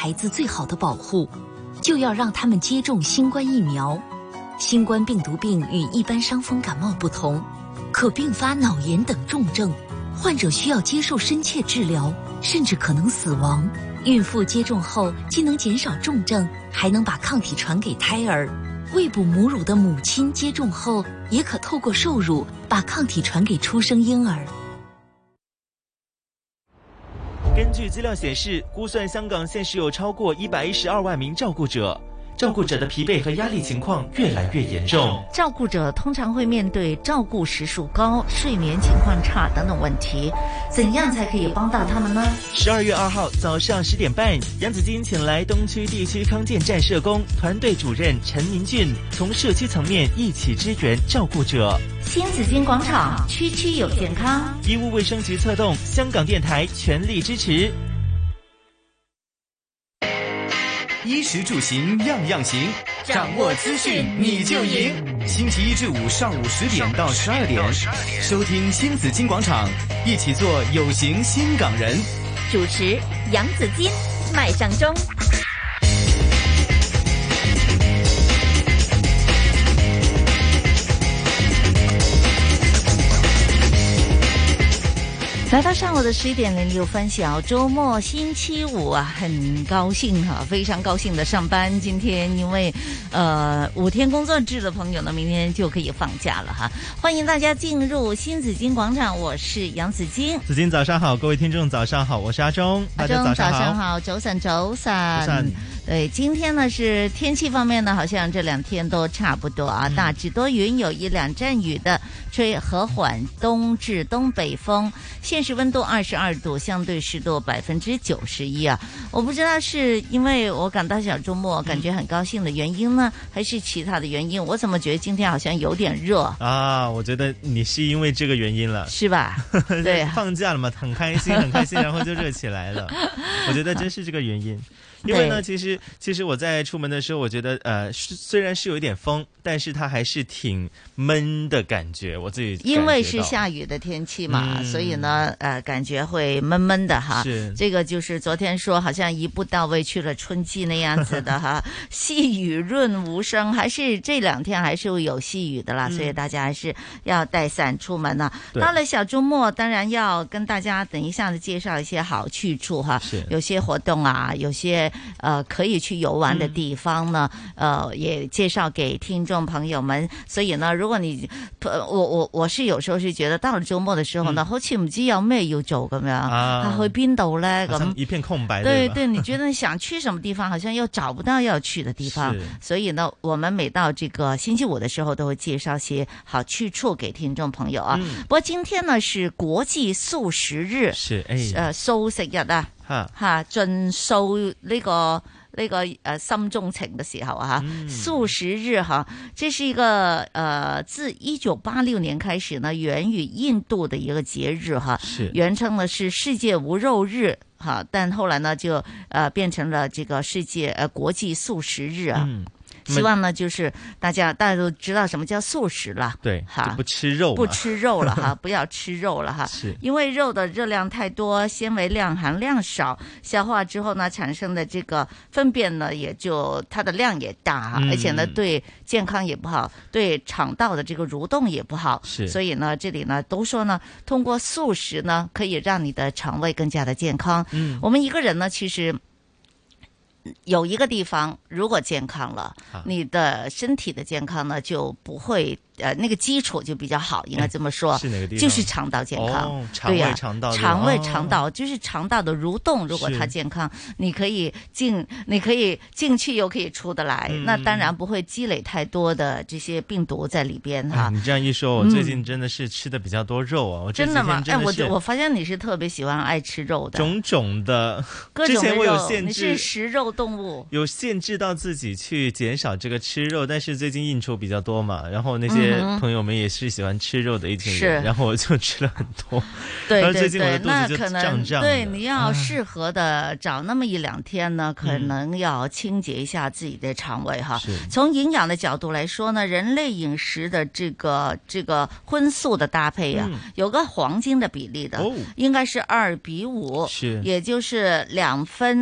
孩子最好的保护，就要让他们接种新冠疫苗。新冠病毒病与一般伤风感冒不同，可并发脑炎等重症，患者需要接受深切治疗，甚至可能死亡。孕妇接种后既能减少重症，还能把抗体传给胎儿。喂哺母乳的母亲接种后，也可透过受乳把抗体传给出生婴儿。 根据资料显示，估算香港现时有超过112万名照顾者。照顾者的疲惫和压力情况越来越严重， 照顾者通常会面对照顾时数高、睡眠情况差等等问题，怎样才可以帮到他们呢 ？12月2号早上10点半，杨子金请来东区地区康健站社工团队主任陈明俊，从社区层面一起支援照顾者。 新紫金广场，区区有健康， 医务卫生局策动，香港电台全力支持。 衣食住行样样行，掌握资讯你就赢。星期一至五上午10点到12点，收听新紫金广场，一起做有型新港人。 主持杨子金、麦尚中。 来到上午的11点06分，小周末星期五啊，很高兴哈，非常高兴的上班。今天因为5天工作制的朋友呢，明天就可以放假了哈。欢迎大家进入新紫金广场，我是杨紫金。 紫金早上好，各位听众早上好，我是阿中，大家早上好。 早晨。对，今天呢是天气方面呢，好像这2天都差不多啊，大致多云，有1两阵雨的，吹和缓东至东北风，现时温度22度，相对湿度91%啊。我不知道是因为我赶到小周末感觉很高兴的原因呢，还是其他的原因，我怎么觉得今天好像有点热啊？我觉得你是因为这个原因了， 是吧？对， 放假了嘛，很开心，然后就热起来了。我觉得真是这个原因。因为呢，其实我在出门的时候，我觉得虽然是有一点风，但是它还是挺闷的感觉。我自己因为是下雨的天气嘛，所以呢，感觉会闷闷的哈。 是这个就是昨天说好像一步到位去了春季那样子的哈，细雨润无声，还是这2天还是有细雨的啦，所以大家还是要带伞出门呢。到了小周末，当然要跟大家等一下子介绍一些好去处哈，有些活动啊，有些可以去游玩的地方呢，也介绍给听众朋友们。所以呢，如果你我是有時候是覺得到了周末的時候呢，好似唔知有咩要做咁樣，去邊度呢？咁一片空白。 對，你覺得想去什麼地方，好像又找不到要去的地方。所以呢，我們每到這個星期五的時候，都會介紹些好去處給聽眾朋友啊。不過今天呢是國際素食日，素食日啊，盡素呢個心中情的時候啊，素食日哈，這是一個自1986年開始呢，源於印度的一個節日哈，原稱呢是世界無肉日哈，但後來呢就變成了這個國際素食日啊。希望呢，就是大家都知道什麼叫素食了， 對，哈，不吃肉了哈，不要吃肉了哈，是因為肉的熱量太多，纖維量含量少，消化之後呢，產生的這個糞便呢，也就它的量也大，而且呢，對健康也不好，對腸道的這個蠕動也不好，所以呢，這裡呢都說呢，通過素食呢，可以讓你的腸胃更加的健康。我們一個人呢，其實有一個地方如果健康了，你的身體的健康呢就不會那個基礎就比較好，應該這麼說， 是哪個地方？ 就是腸道健康， 腸胃腸道， 腸道就是腸道的蠕動，如果它健康，你可以進去又可以出得來，那當然不會積累太多的這些病毒在裡邊哈。 你這樣一說，我最近真的是吃的比較多肉啊， 真的嗎？我發現你是特別喜歡愛吃肉的， 種種的， 各種的肉， 之前我有限制， 你是食肉動物， 有限制到自己去減少這個吃肉，但是最近應酬比較多嘛，然後那些朋友們也是喜歡吃肉的一群人，然後我就吃了很多。 對， 那可能對，你要適合的找那麼1-2天呢，可能要清潔一下自己的腸胃哈。從營養的角度來說呢，人類飲食的這個葷素的搭配啊，有個黃金的比例的，應該是2:5，也就是2分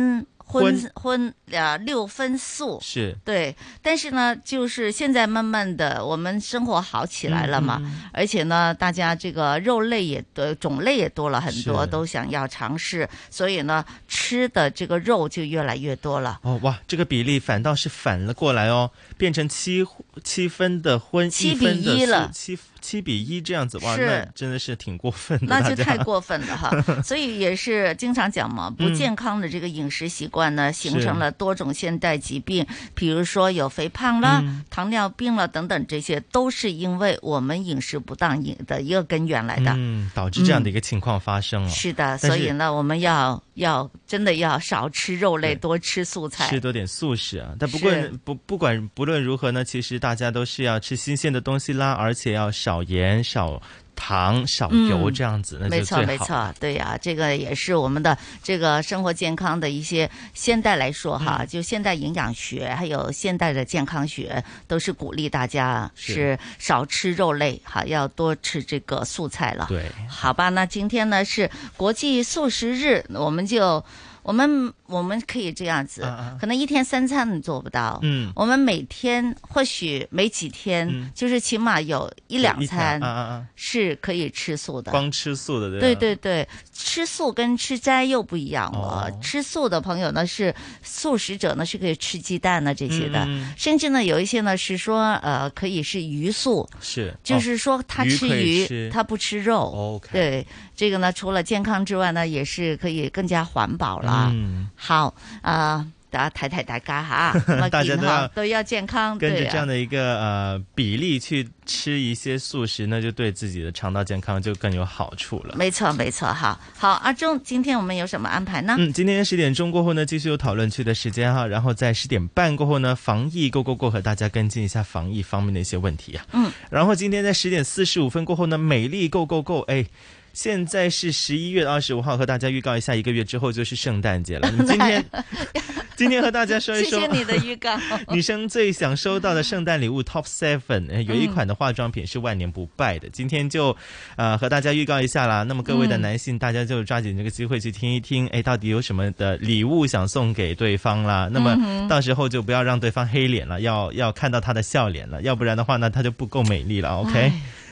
6分素， 是对，但是呢，就是现在慢慢的我们生活好起来了嘛，而且呢，大家这个肉类种类也多了很多，都想要尝试，所以呢，吃的这个肉就越来越多了。 哦哇，这个比例反倒是反了过来哦，变成7分的荤，1分的素了，7比1这样子，哇，那真的是挺过分的， 那就太过分了哈。所以也是经常讲嘛，不健康的这个饮食习惯呢，形成了多种现代疾病，比如说有肥胖啦、糖尿病了等等，这些都是因为我们饮食不当的一个根源来的， 导致这样的一个情况发生了。 是的，所以呢，我们要真的要少吃肉类，多吃素菜， 吃多点素食啊。但不论如何呢，其实大家都是要吃新鲜的东西啦，而且要少盐、少糖、少油这样子，那就最好。 没错，对呀，这个也是我们的这个生活健康的一些现代来说哈，就现代营养学还有现代的健康学都是鼓励大家是少吃肉类哈，要多吃这个素菜了。 对， 好吧，那今天呢是国际素食日，我们可以这样子，可能1天3餐你做不到，我们每天或许没几天，就是起码有1、2餐是可以吃素的， 光吃素的，对吧？ 对，吃素跟吃斋又不一样了。吃素的朋友呢是素食者呢是可以吃鸡蛋呢这些的，甚至呢有一些呢是说可以是鱼素， 是就是说他吃鱼他不吃肉。 OK， 对，这个呢除了健康之外呢也是可以更加环保啦。好大家哈， 大家都要健康， 跟着这样的一个比例去吃一些素食，那就对自己的肠道健康就更有好处了。 没错，好，阿忠，今天我们有什么安排呢？ 今天10点钟过后呢，继续有讨论区的时间哈，然后在10点半过后呢，防疫 Go 和大家跟进一下防疫方面的一些问题啊。然后今天在10点45分过后呢，美丽 Go， 现在是11月25号，和大家预告一下，1个月之后就是圣诞节了。今天和大家说一说， 谢谢你的预告。 女生最想收到的圣诞礼物 Top 7，有一款的化妆品是万年不败的。今天就和大家预告一下啦。那么各位的男性，大家就抓紧这个机会去听一听，到底有什么的礼物想送给对方啦？那么到时候就不要让对方黑脸了，要看到他的笑脸了，要不然的话呢，他就不够美丽了。OK。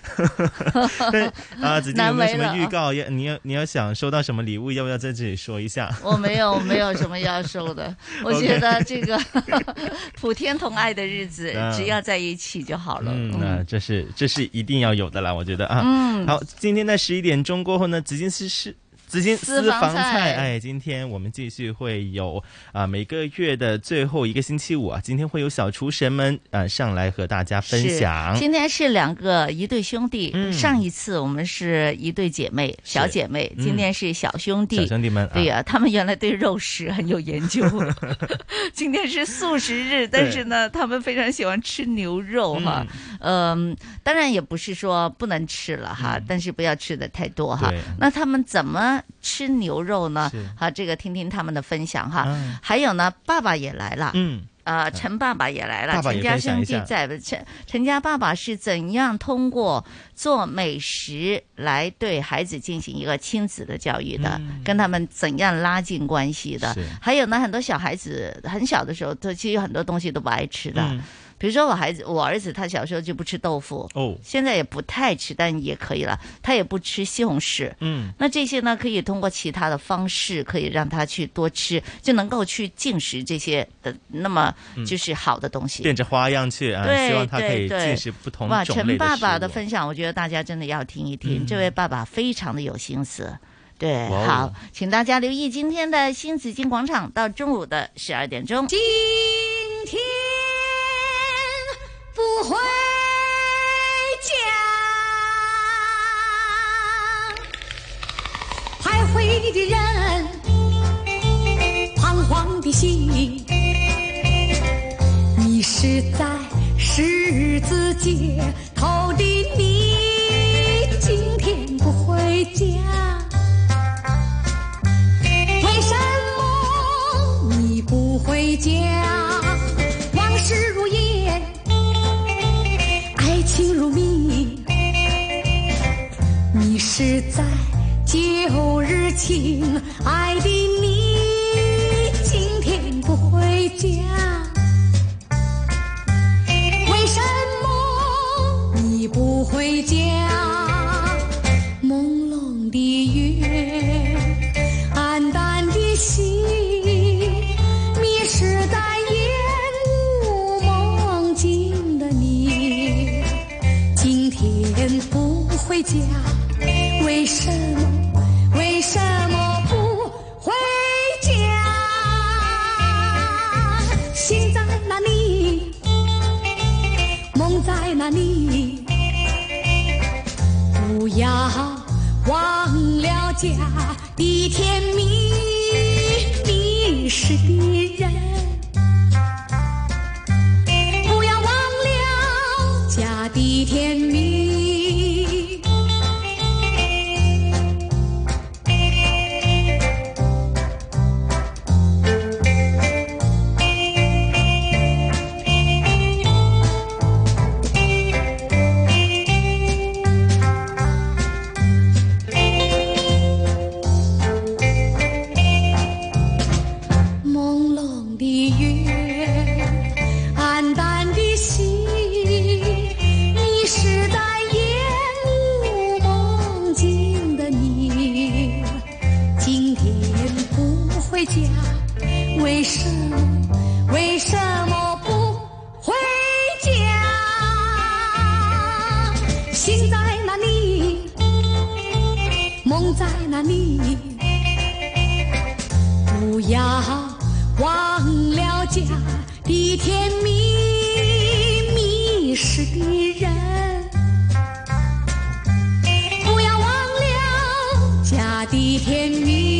子静有没有什么预告？你要想收到什么礼物，要不要在这里说一下？ 我没有什么要收的。我觉得这个普天同爱的日子，只要在一起就好了。 那这是一定要有的啦，我觉得啊。好，今天在11点钟过后呢，紫金私房菜，今天我们继续会有每个月的最后一个星期五啊，今天会有小厨神们上来和大家分享。 今天是一对兄弟，上一次我们是一对姐妹，小姐妹，今天是小兄弟， 小兄弟们。 对呀，他们原来对肉食很有研究。今天是素食日，但是呢，他们非常喜欢吃牛肉哈。当然也不是说不能吃了哈，但是不要吃的太多哈。那他们怎么吃牛肉呢？这个听听他们的分享哈。还有呢，爸爸也来了。陈爸爸也来了，陈家兄弟在。陈家爸爸是怎样通过做美食来对孩子进行一个亲子的教育的，跟他们怎样拉近关系的？还有呢，很多小孩子很小的时候，其实很多东西都不爱吃的。比如说我儿子他小时候就不吃豆腐，现在也不太吃，但也可以了。他也不吃西红柿，那这些呢可以通过其他的方式，可以让他去多吃，就能够去进食这些的那么就是好的东西， 变着花样去对， 希望他可以进食不同种类的食物。 陈爸爸的分享，我觉得大家真的要听一听，这位爸爸非常的有心思。对，好，请大家留意今天的新紫金广场到中午的12点钟。 今天不回家，徘徊的人，彷徨的心，迷失在十字街头的你，今天不回家，为什么你不回家？往事如烟，爱情如蜜，迷失在旧日情爱的你，今天家？为什么你不回家？朦胧的月，暗淡的心，迷失在烟雾梦境的你，今天不回家，为什么？为什么不回家？心在哪里？梦在哪里？不要忘了家的甜蜜，迷失的人。不要忘了家的甜蜜。为什么不回家？心在哪里？梦在哪里？不要忘了家的甜蜜，迷失的人。不要忘了家的甜蜜。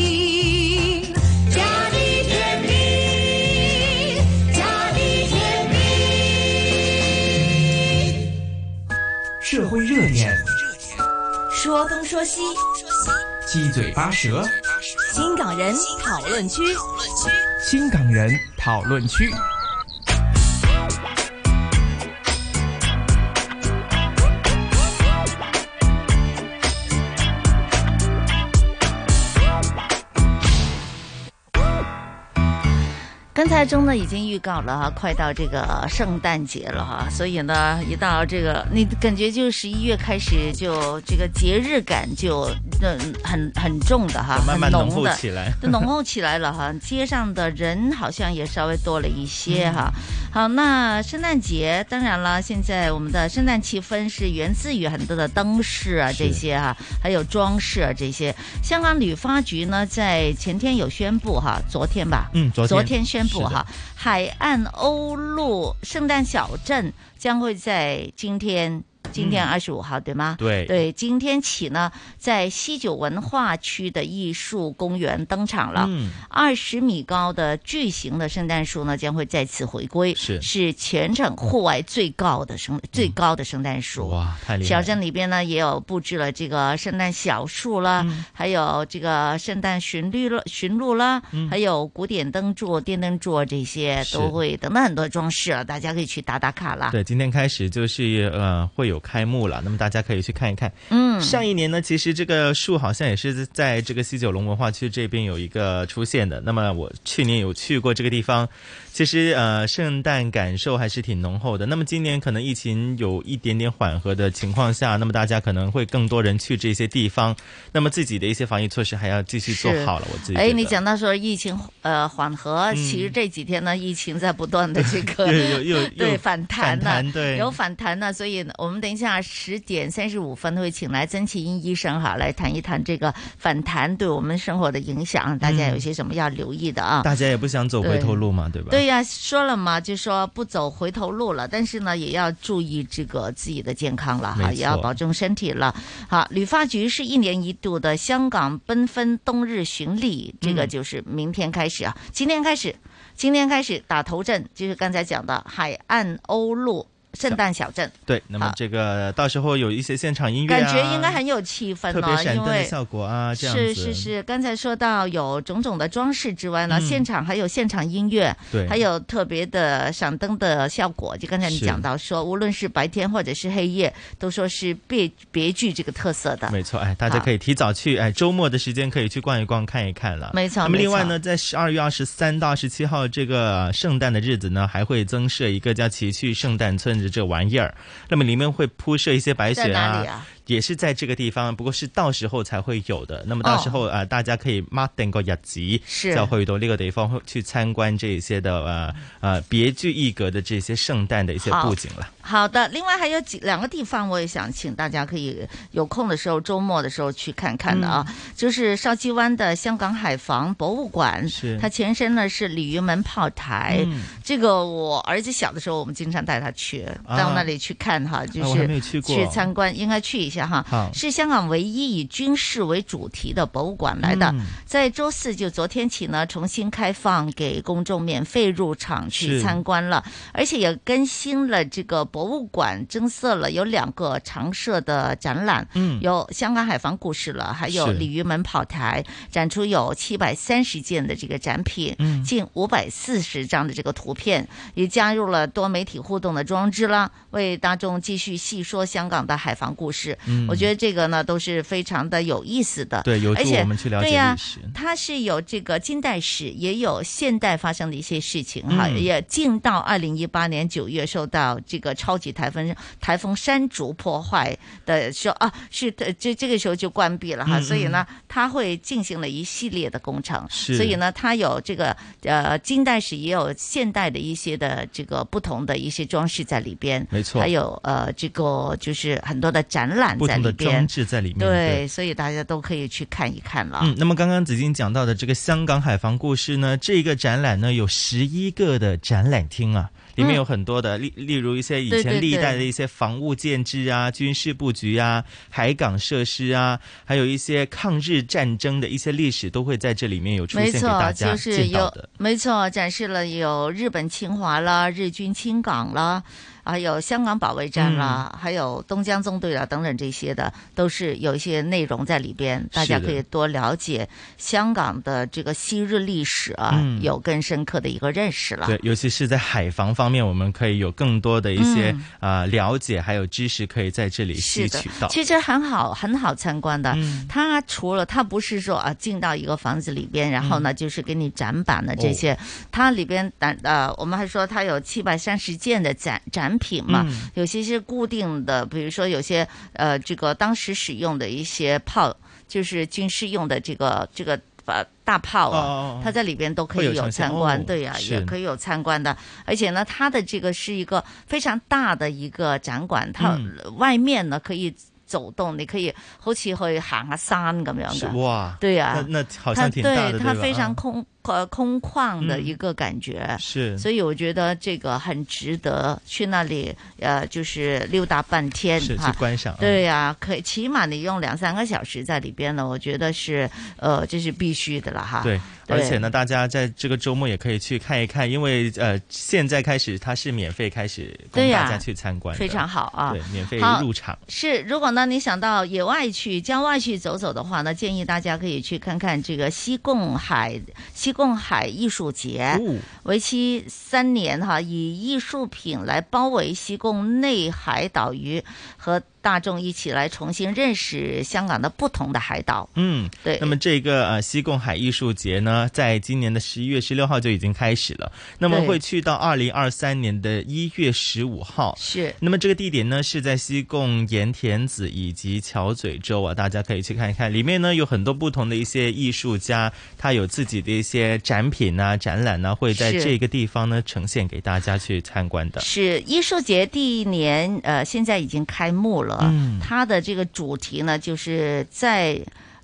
社会热点， 说东说西， 七嘴八舌， 新港人讨论区， 新港人讨论区。 刚才中呢已经预告了哈，快到这个圣诞节了哈，所以呢一到这个你感觉就11月开始就这个节日感就很重的哈， 慢慢浓厚起来， 就浓厚起来了哈，街上的人好像也稍微多了一些哈。好，那圣诞节当然了，现在我们的圣诞气氛是源自于很多的灯饰啊这些哈，还有装饰啊这些。香港旅发局呢在前天有宣布哈，昨天吧，昨天宣布哈，海岸欧陆圣诞小镇将会在今天25号对吗？ 对， 今天起呢，在西九文化区的艺术公园登场了。20米高的巨型的圣诞树呢，将会再次回归，是全城户外最高的圣诞树。 哇，太厉害了！ 小镇里边呢，也有布置了这个圣诞小树啦，还有这个圣诞驯鹿啦，还有古典灯柱、电灯柱这些都会等等很多装饰了，大家可以去打卡啦。 对，今天开始就是会有开幕了，那么大家可以去看一看。上一年呢，其实这个树好像也是在这个西九龙文化区这边有一个出现的。那么我去年有去过这个地方，其实圣诞感受还是挺浓厚的。那么今年可能疫情有一点点缓和的情况下，那么大家可能会更多人去这些地方，那么自己的一些防疫措施还要继续做好了。我自己觉得你讲到说疫情缓和，其实这几天呢，疫情在不断的这个对反弹呢，有反弹呢，所以我们等一下10点35分会请来曾祈殷医生哈来谈一谈这个反弹对我们生活的影响，大家有些什么要留意的啊？ 大家也不想走回头路嘛，对吧？ 对呀，说了嘛，就说不走回头路了，但是呢，也要注意这个自己的健康了哈，也要保重身体了。好，旅发局是1年1度的香港缤纷冬日巡礼，这个就是明天开始啊，今天开始打头阵，就是刚才讲的海岸欧陆圣诞小镇。 对，那么这个到时候有一些现场音乐、 感觉应该很有气氛特别闪灯的效果啊，这样子。 是，刚才说到有种种的装饰之外呢，现场还有现场音乐， 对， 还有特别的闪灯的效果。就刚才你讲到说，无论是白天或者是黑夜，都说是别具这个特色的。 没错，大家可以提早去，周末的时间可以去逛一逛、看一看了。 没错。 那么另外呢，在12月23到27号这个圣诞的日子呢，还会增设一个叫奇趣圣诞村的这个玩意儿。那么里面会铺设一些白雪在哪里啊？ 也是在这个地方，不過是到時候才會有的。那麼到時候大家可以 mark 定個日子，就去到呢個地方去參觀這些的別具一格的這些聖誕的一些布景了。 好的，另外還有兩個地方，我也想請大家可以有空的時候，周末的時候去看看的啊。就是筲箕灣的香港海防博物館，它前身呢是鯉魚門炮台。這個我兒子小的時候，我們經常帶他去到那裡去看哈，就是去參觀，應該去一下哈。是香港唯一以軍事為主題的博物館來的，在週四就昨天起呢，重新開放給公眾免費入場去參觀了，而且也更新了這個博物館，增設了有2個常設的展覽，有香港海防故事了，還有鯉魚門炮台，展出有730件的這個展品，近540張的這個圖片，也加入了多媒體互動的裝置啦，為大眾繼續細說香港的海防故事。我覺得這個呢都是非常的有意思的， 對，有助我們去了解歷史。 它是有這個近代史，也有現代發生的一些事情哈，也進到2018年9月受到這個超級颱風山竹破壞的時候是這個時候就關閉了哈，所以呢，它會進行了一系列的工程，所以呢，它有這個近代史，也有現代的一些的這個不同的一些裝飾在裏邊， 沒錯， 還有這個就是很多的展覽在裏邊，不同的裝置在裏面，對，所以大家都可以去看一看了。 那麼剛剛子矜講到的這個香港海防故事呢，這個展覽呢有11個的展覽廳啊。裏面有很多的例如一些以前歷代的一些防務建制啊，軍事布局啊，海港設施啊，還有一些抗日戰爭的一些歷史都會在這裏面有出現給大家見到的。 沒錯，展示了有日本侵華啦，日軍侵港啦，還有香港保衛戰啦，還有東江縱隊啦等等這些的，都是有一些內容在裏邊，大家可以多了解香港的這個昔日歷史啊，有更深刻的一個認識了。 對，尤其是在海防方面，我們可以有更多的一些了解，還有知識可以在這裏吸取到。 其實很好參觀的。它除了它不是說進到一個房子裏邊，然後呢就是給你展板的這些，它裏邊我們還說它有730件的展品嘛，有些是固定的，比如說有些這個當時使用的一些炮，就是軍事用的這個大炮啊，它在裏邊都可以有參觀，對呀，也可以有參觀的。而且呢，它的這個是一個非常大的一個展館，它外面呢可以走動，你可以好似去行下山咁樣嘅。 哇， 對呀， 那好像挺大的， 對吧？它非常空曠的一個感覺， 是， 所以我覺得這個很值得去那裡，就是溜達半天， 是去觀賞。 對呀，可以起碼你用2-3個小時在裡邊呢，我覺得是，這是必須的了哈。 對，而且呢，大家在這個週末也可以去看一看，因為現在開始它是免費開始供大家去參觀， 非常好啊， 對，免費入場。 是，如果呢你想到野外去、郊外去走走的話呢，建議大家可以去看看這個西貢海藝術節，為期3年哈，以藝術品來包圍西貢內海島嶼和大眾一起來重新認識香港的不同的海島。對。那麼這個西貢海藝術節呢，在今年的11月16號就已經開始了，那麼會去到2023年的1月15號。 是。那麼這個地點呢，是在西貢鹽田子以及橋咀洲啊，大家可以去看一看。裡面呢有很多不同的一些藝術家，他有自己的一些展品啊、展覽啊，會在這個地方呢呈現給大家去參觀的。 是。藝術節第一年，現在已經開幕了。它的這個主題呢，就是在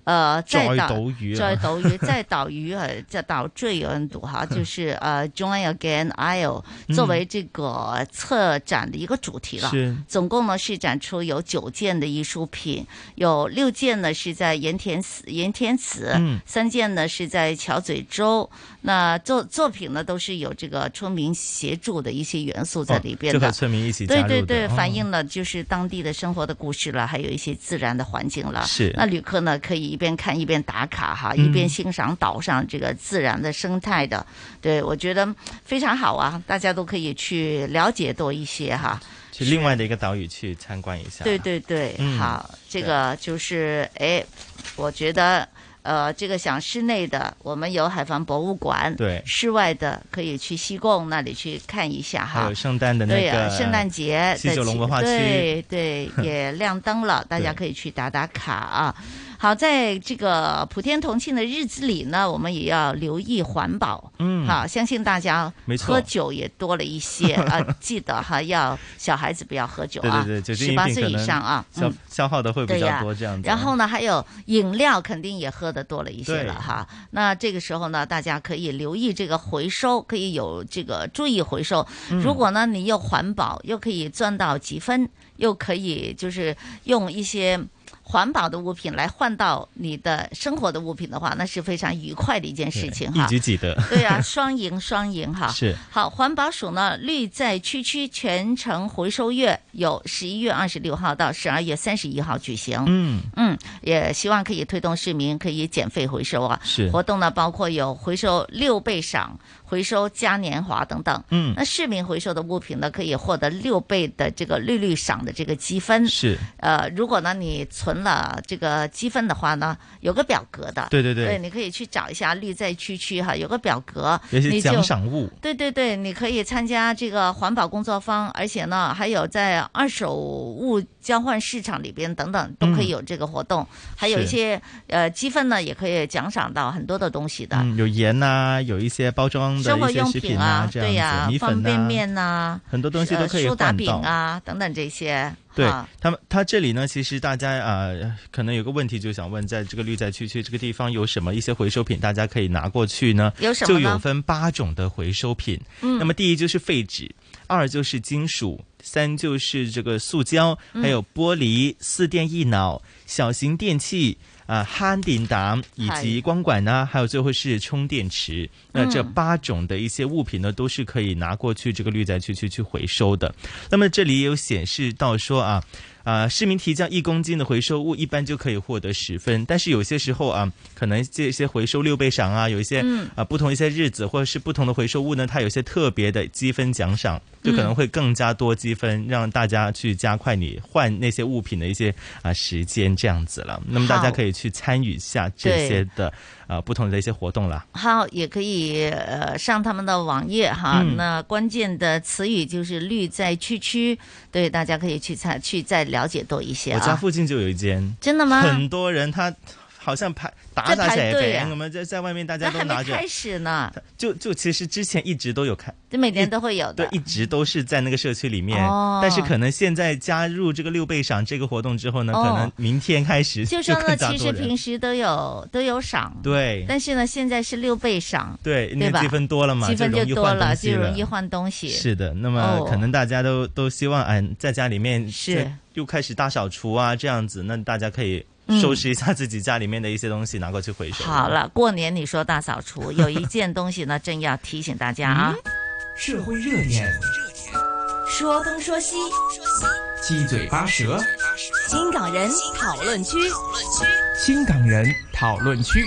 在島嶼在島嶼在島嶼有人讀哈，就是Join Again Isle 作為這個策展的一個主題了。總共呢是展出有9件的藝術品，有6件呢是在鹽田祠，3件呢是在橋咀洲。那作品呢都是有這個村民協助的一些元素在裏邊的， 就和村民一起加入的。 對對對，反映了就是當地的生活的故事了，還有一些自然的環境了。 是， 那旅客呢可以一邊看一邊打卡哈，一邊欣賞島上這個自然的生態的。對，我覺得非常好啊，大家都可以去了解多一些哈。 去另外的一個島嶼去參觀一下。 對對對，好，這個就是我覺得。這個想室內的，我們有海防博物館；對，室外的可以去西貢那裡去看一下哈。還有聖誕的那個，對啊，聖誕節西九龍文化區， 對，也亮燈了，大家可以去打卡啊。好，在這個普天同慶的日子裡呢，我們也要留意環保。好，相信大家喝酒也多了一些啊，記得哈，要小孩子不要喝酒啊，18歲以上啊， 消耗的會比較多這樣子。 然後呢，還有飲料肯定也喝得多了一些了哈。那這個時候呢，大家可以留意這個回收，可以有這個注意回收。如果呢，你又環保，又可以賺到積分，又可以就是用一些環保的物品來換到你的生活的物品的話，那是非常愉快的一件事情哈。 一舉幾得。對啊，雙贏哈。是。好，環保署呢，綠在區區全程回收月有11月26號到12月31號舉行。也希望可以推動市民可以減廢回收啊。是。活動呢，包括有回收6倍賞、回收嘉年華等等。那市民回收的物品呢，可以獲得6倍的這個綠賞的這個積分。是。如果呢，你存了這個積分的話呢，有個表格的，對，你可以去找一下綠在區哈，有個表格， 有些獎賞物， 對，你可以參加這個環保工作坊，而且呢，還有在二手物交換市場裏邊等等，都可以有這個活動，還有一些積分呢，也可以獎賞到很多的東西的， 有鹽啊，有一些包裝的一些食品啊， 對呀，方便麵啊， 很多東西都可以換到， 蘇打餅啊等等這些。 對他這裡呢，其實大家可能有個問題就想問，在這個綠在區這個地方有什麼一些回收品大家可以拿過去呢？ 有什麼呢？ 就有分8種的回收品。那麼第一就是廢紙，2就是金屬，3就是這個塑膠，還有玻璃、4電一腦、小型電器。慳電膽以及光管呢，還有最後是充電池。那這8種的一些物品呢，都是可以拿過去這個綠在區去回收的。那麼這裡也有顯示到說市民提交1公斤的回收物，一般就可以獲得10分。但是有些時候可能這些回收6倍賞啊，有一些不同一些日子或者是不同的回收物呢，它有些特別的積分獎賞，就可能會更加多積分，讓大家去加快你換那些物品的一些時間，這樣子了。那麼大家可以去參與一下這些的不同的一些活動啦。好， 也可以上他們的網頁哈。那關鍵的詞語就是綠在區，對，大家可以去再了解多一些。 我家附近就有一間， 真的嗎？ 很多人他好像打晒蛇餅，我們在外面大家都拿着。 還沒開始呢， 就其實之前一直都有看， 就每年都會有的， 對，一直都是在那個社區裡面。但是可能現在加入這個6倍賞這個活動之後呢，可能明天開始就更加多人。 就說呢，其實平時都有賞， 對， 但是呢，現在是6倍賞， 對，因為積分多了嘛， 積分就多了，就容易換東西。 是的，那麼可能大家都希望在家裡面是又開始大掃除啊，這樣子，那大家可以收拾一下自己家裡面的一些東西，拿過去回收。 好了，過年你說大掃除，有一件東西呢，正要提醒大家啊。 社會熱點， 說東說西， 七嘴八舌， 新港人討論區， 新港人討論區。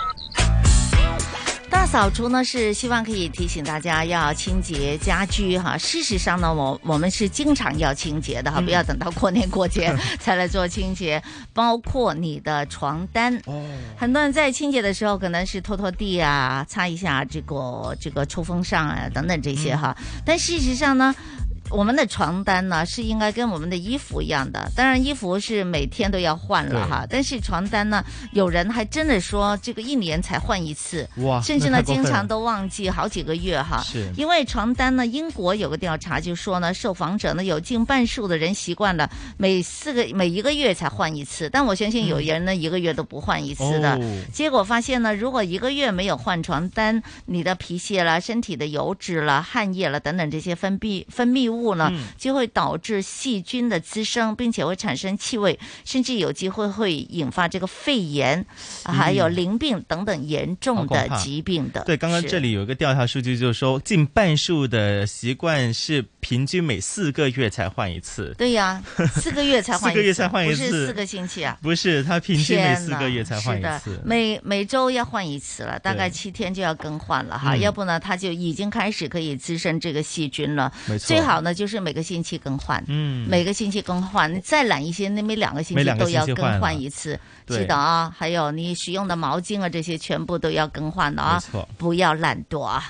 大掃除呢是希望可以提醒大家要清潔家居哈。事實上呢，我們是經常要清潔的哈，不要等到過年過節才來做清潔。包括你的床單，很多人在清潔的時候可能是拖地啊，擦一下這個抽風扇啊等等這些哈。但事實上呢， 我们的床单呢是应该跟我们的衣服一样的，当然衣服是每天都要换了哈，但是床单呢，有人还真的说这个1年才换一次，哇，甚至呢经常都忘记好几个月哈。是，因为床单呢，英国有个调查就说呢，受访者呢有近半数的人习惯了每1个月才换一次，但我相信有人呢1个月都不换一次的。结果发现呢，如果1个月没有换床单，你的皮屑啦、身体的油脂啦、汗液啦等等这些分泌物呢，就会导致细菌的滋生，并且会产生气味，甚至有机会会引发这个肺炎，还有淋病等等严重的疾病的。 对，刚刚这里有一个调查数据，就是说近半数的习惯是平均每4个月才换一次。 对呀，4个月才换一次，4个月才换一次， 不是4个星期啊？ 不是，它平均每4个月才换一次， 是的，每周要换一次了，大概7天就要更换了哈，要不呢它就已经开始可以滋生这个细菌了。没错，最好呢就是每个星期更换，每个星期更换，你再懒一些，那每2个星期都要更换一次，记得啊。还有你使用的毛巾啊，这些全部都要更换的啊，没错，不要懒惰啊。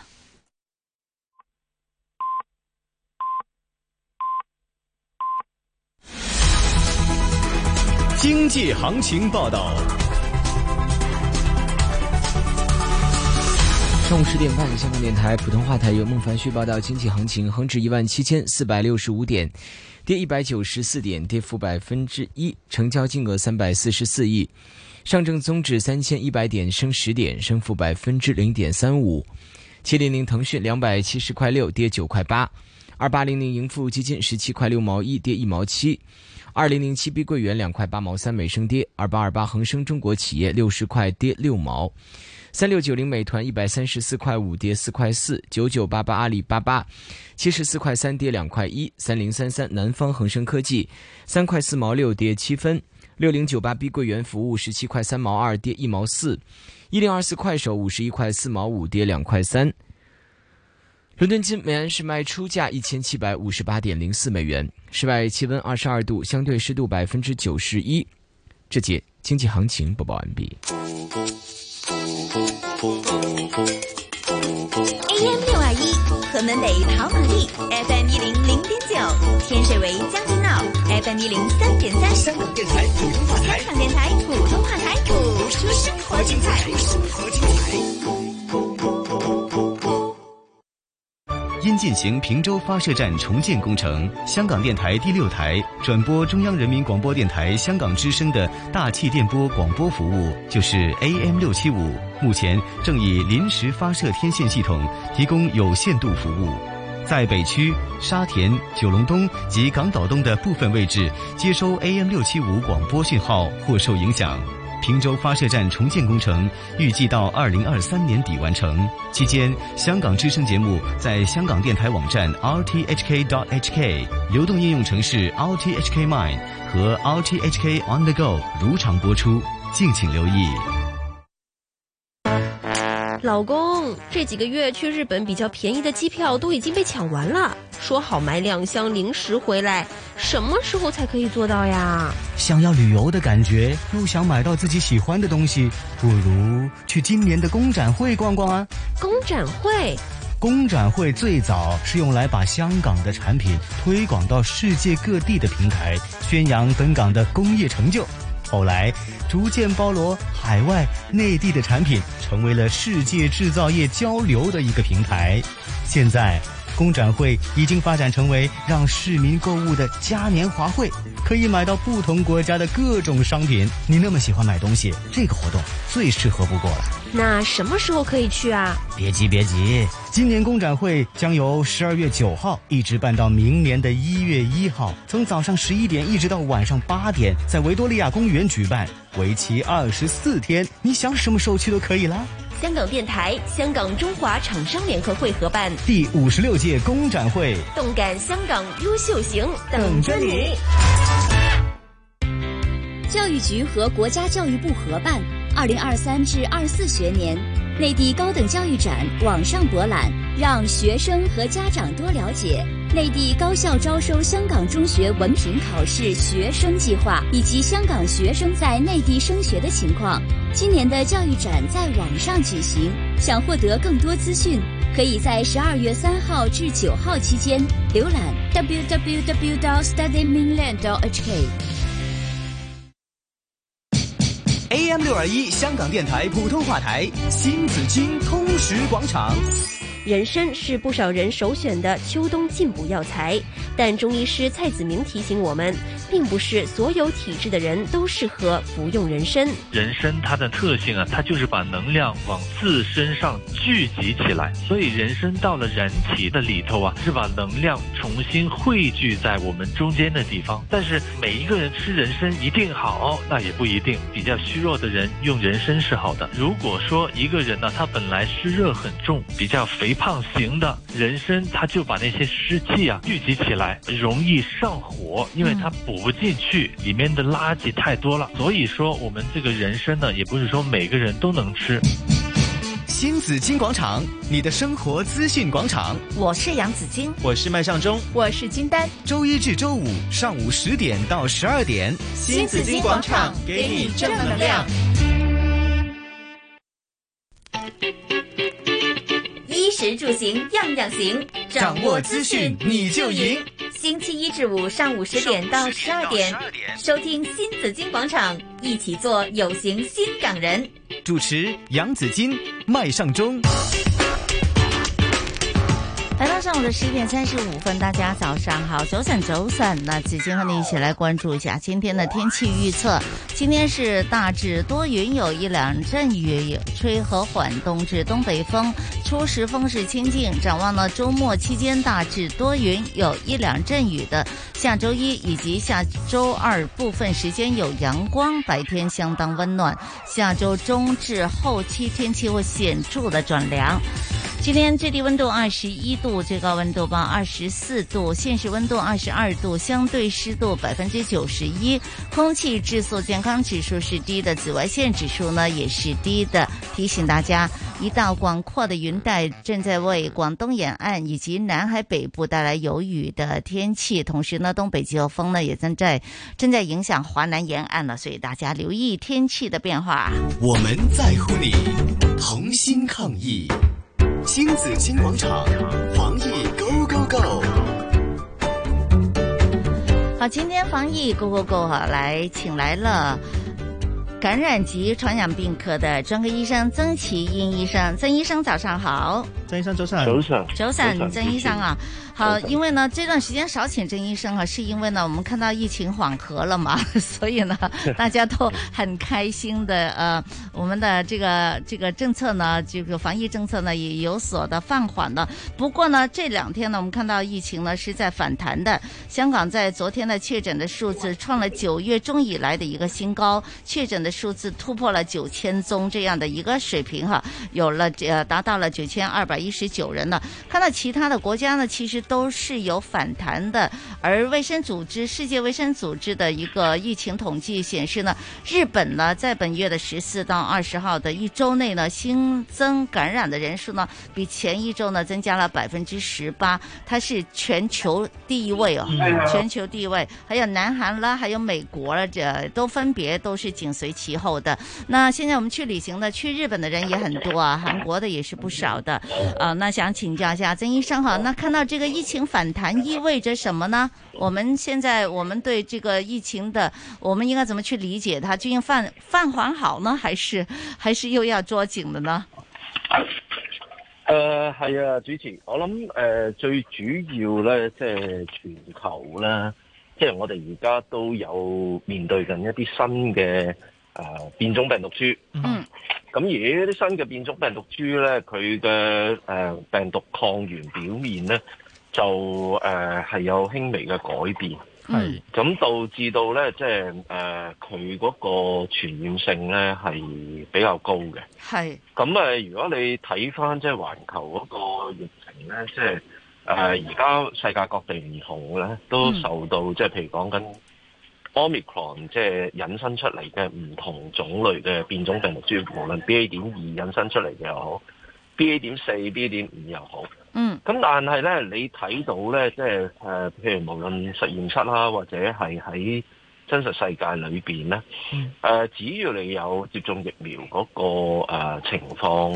经济行情报道。 上午10点半，香港电台普通话台由孟凡旭报道经济行情。恒指17465点，跌194点，跌幅1%，成交金额344亿。上证综指3100点，升10点，升幅0.35%。700腾讯270块6，跌9块8。2800盈富基金17块6毛1，跌1毛7。2007碧桂园2块8毛3每升跌。2828恒生中国企业60块，跌6毛。3690美团134块5，跌4块4。9988阿里巴巴74块3，跌2块1。3033南方恒生科技3块4毛6，跌7分。6098碧桂园服务17块3毛2，跌1毛4。1024快手51块4毛5，跌2块3。伦敦金每安士卖出价1758.04美元，室外气温22度，相对湿度91%。这节经济行情播报完毕。 AM621河门北跑马地 FM100.9天水围将军澳 FM103.3 香港电台普通话台， 香港电台普通话台，播出生活精彩。 因进行平洲发射站重建工程，香港电台第6台转播中央人民广播电台香港之声的大气电波广播服务，就是 AM675，目前正以临时发射天线系统提供有限度服务。在北区、沙田、九龙东及港岛东的部分位置接收 AM675广播讯号或受影响。平洲发射站重建工程预计到2023年底完成，期间香港之声节目在香港电台网站 rthk.hk、 流动应用程式 rthk Mine 和 rthk On The Go 如常播出，敬请留意。 老公，这几个月去日本比较便宜的机票都已经被抢完了，说好买2箱零食回来，什么时候才可以做到呀？ 想要旅游的感觉，又想买到自己喜欢的东西，不如去今年的工展会逛逛啊。 工展会？ 工展会最早是用来把香港的产品推广到世界各地的平台，宣扬本港的工业成就。后来逐渐包罗海外、内地的产品，成为了世界制造业交流的一个平台。现在工展会已经发展成为让市民购物的嘉年华会，可以买到不同国家的各种商品。你那么喜欢买东西，这个活动最适合不过了。 那什么时候可以去啊？ 别急，今年工展会将由12月9号一直办到明年的1月1号，从早上11点一直到晚上8点，在维多利亚公园举办，为期24天，你想什么时候去都可以啦。 香港电台、香港中华厂商联合会合办第56届工展会， 动感香港优秀行，等着你。 教育局和国家教育部合办2023至24学年内地高等教育展网上博览，让学生和家长多了解内地高校招收香港中学文凭考试学生计划以及香港学生在内地升学的情况。今年的教育展在网上举行，想获得更多资讯， 可以在12月3号至9號期間瀏覽 www.studymainland.hk。 AM621 香港電台普通話台，新紫荊通識廣場。 人参是不少人首選的秋冬進補藥材，但中醫師蔡子明提醒我們，並不是所有體質的人都適合服用人參。 人參它的特性啊，它就是把能量往自身上聚集起來，所以人參到了人體的裏頭啊，是把能量重新匯聚在我們中間的地方。但是每一個人吃人參一定好，那也不一定。比較虛弱的人用人參是好的。如果說一個人呢，他本來濕熱很重，比較肥胖型的人參，它就把那些濕氣啊聚集起來，容易上火，因為它補不進去，裏面的垃圾太多了。所以說我們這個人參呢，也不是說每個人都能吃。 新紫荊廣場，你的生活資訊廣場。 我是楊子矜， 我是麥尚中， 我是金丹。 周一至周五上午10點到12點， 新紫荊廣場給你正能量。 衣食住行樣樣行， 掌握資訊你就贏。 星期一至五上午10點到12點，收聽新紫荊廣場，一起做有型新港人。 主持楊子矜、麥尚中。 来到上午的10點35分，大家早上好，早晨。那子矜和你一起來關注一下今天的天氣預測。今天是大致多雲，有一兩陣雨，吹和緩東至東北風，初時風勢清勁。展望呢，周末期間大致多雲，有一兩陣雨的。下周一以及下周二部分時間有陽光，白天相當溫暖。下周中至後期天氣會顯著的轉涼。今天最低溫度21度，最高溫度24度，現時溫度22度，相對濕度91%，空氣質素健康指數是低的，紫外線指數呢也是低的。提醒大家，一道廣闊的雲帶正在為廣東沿岸以及南海北部帶來有雨的天氣，同時呢，東北季候風呢也正在影響華南沿岸了，所以大家留意天氣的變化。 我們在乎你，同心抗疫。新紫荊廣場，防疫 Go Go Go！ 好，今天防疫 Go Go Go 哈，請來了感染及傳染病科的專科醫生曾祈殷醫生。曾醫生早上好。 曾醫生早晨。 早晨，曾醫生啊。好，因為呢這段時間少請曾醫生啊，是因為呢我們看到疫情緩和了嘛，所以呢大家都很開心的。我們的這個政策呢，這個防疫政策呢也有所的放緩了。不過呢這兩天呢我們看到疫情呢是在反彈的。香港在昨天的確診的數字創了9月中以來的一個新高，確診的數字突破了9000宗這樣的一個水平哈，有了達到了9219人了。看到其他的國家呢其實都是有反彈的，而世界衛生組織的一個疫情統計顯示呢，日本呢在本月的14到20號的一周內呢，新增感染的人數呢比前一周呢增加了18%，它是全球第一位哦，全球第一位。還有南韓啦，還有美國了，這都分別都是緊隨其後的。那現在我們去旅行的，去日本的人也很多啊，韓國的也是不少的。那想請教一下曾醫生哈，那看到這個疫情反彈意味着什麼呢？我們對這個疫情的，我們應該怎麼去理解它？究竟放緩好呢，還是又要捉緊的呢？ 係啊，主持，我諗最主要咧，即係全球咧，即係我哋而家都有面對緊一啲新嘅變種病毒株。嗯。咁而呢啲新嘅變種病毒株咧，佢嘅病毒抗原表面咧，就係有輕微嘅改變。係。咁導致到咧，即係佢嗰個傳染性咧係比較高嘅。係。咁如果你睇翻即係環球嗰個疫情咧，即係而家世界各地唔同咧，都受到即係譬如講緊 Omicron 即係引申出嚟嘅唔同種類嘅變種病毒株，無論 BA.2 引申出嚟嘅又好 ，BA.4、BA.5 又好。嗯。咁但係咧，你睇到咧，即係譬如無論實驗室啦，或者係喺真實世界裏邊咧，只要你有接種疫苗嗰個情況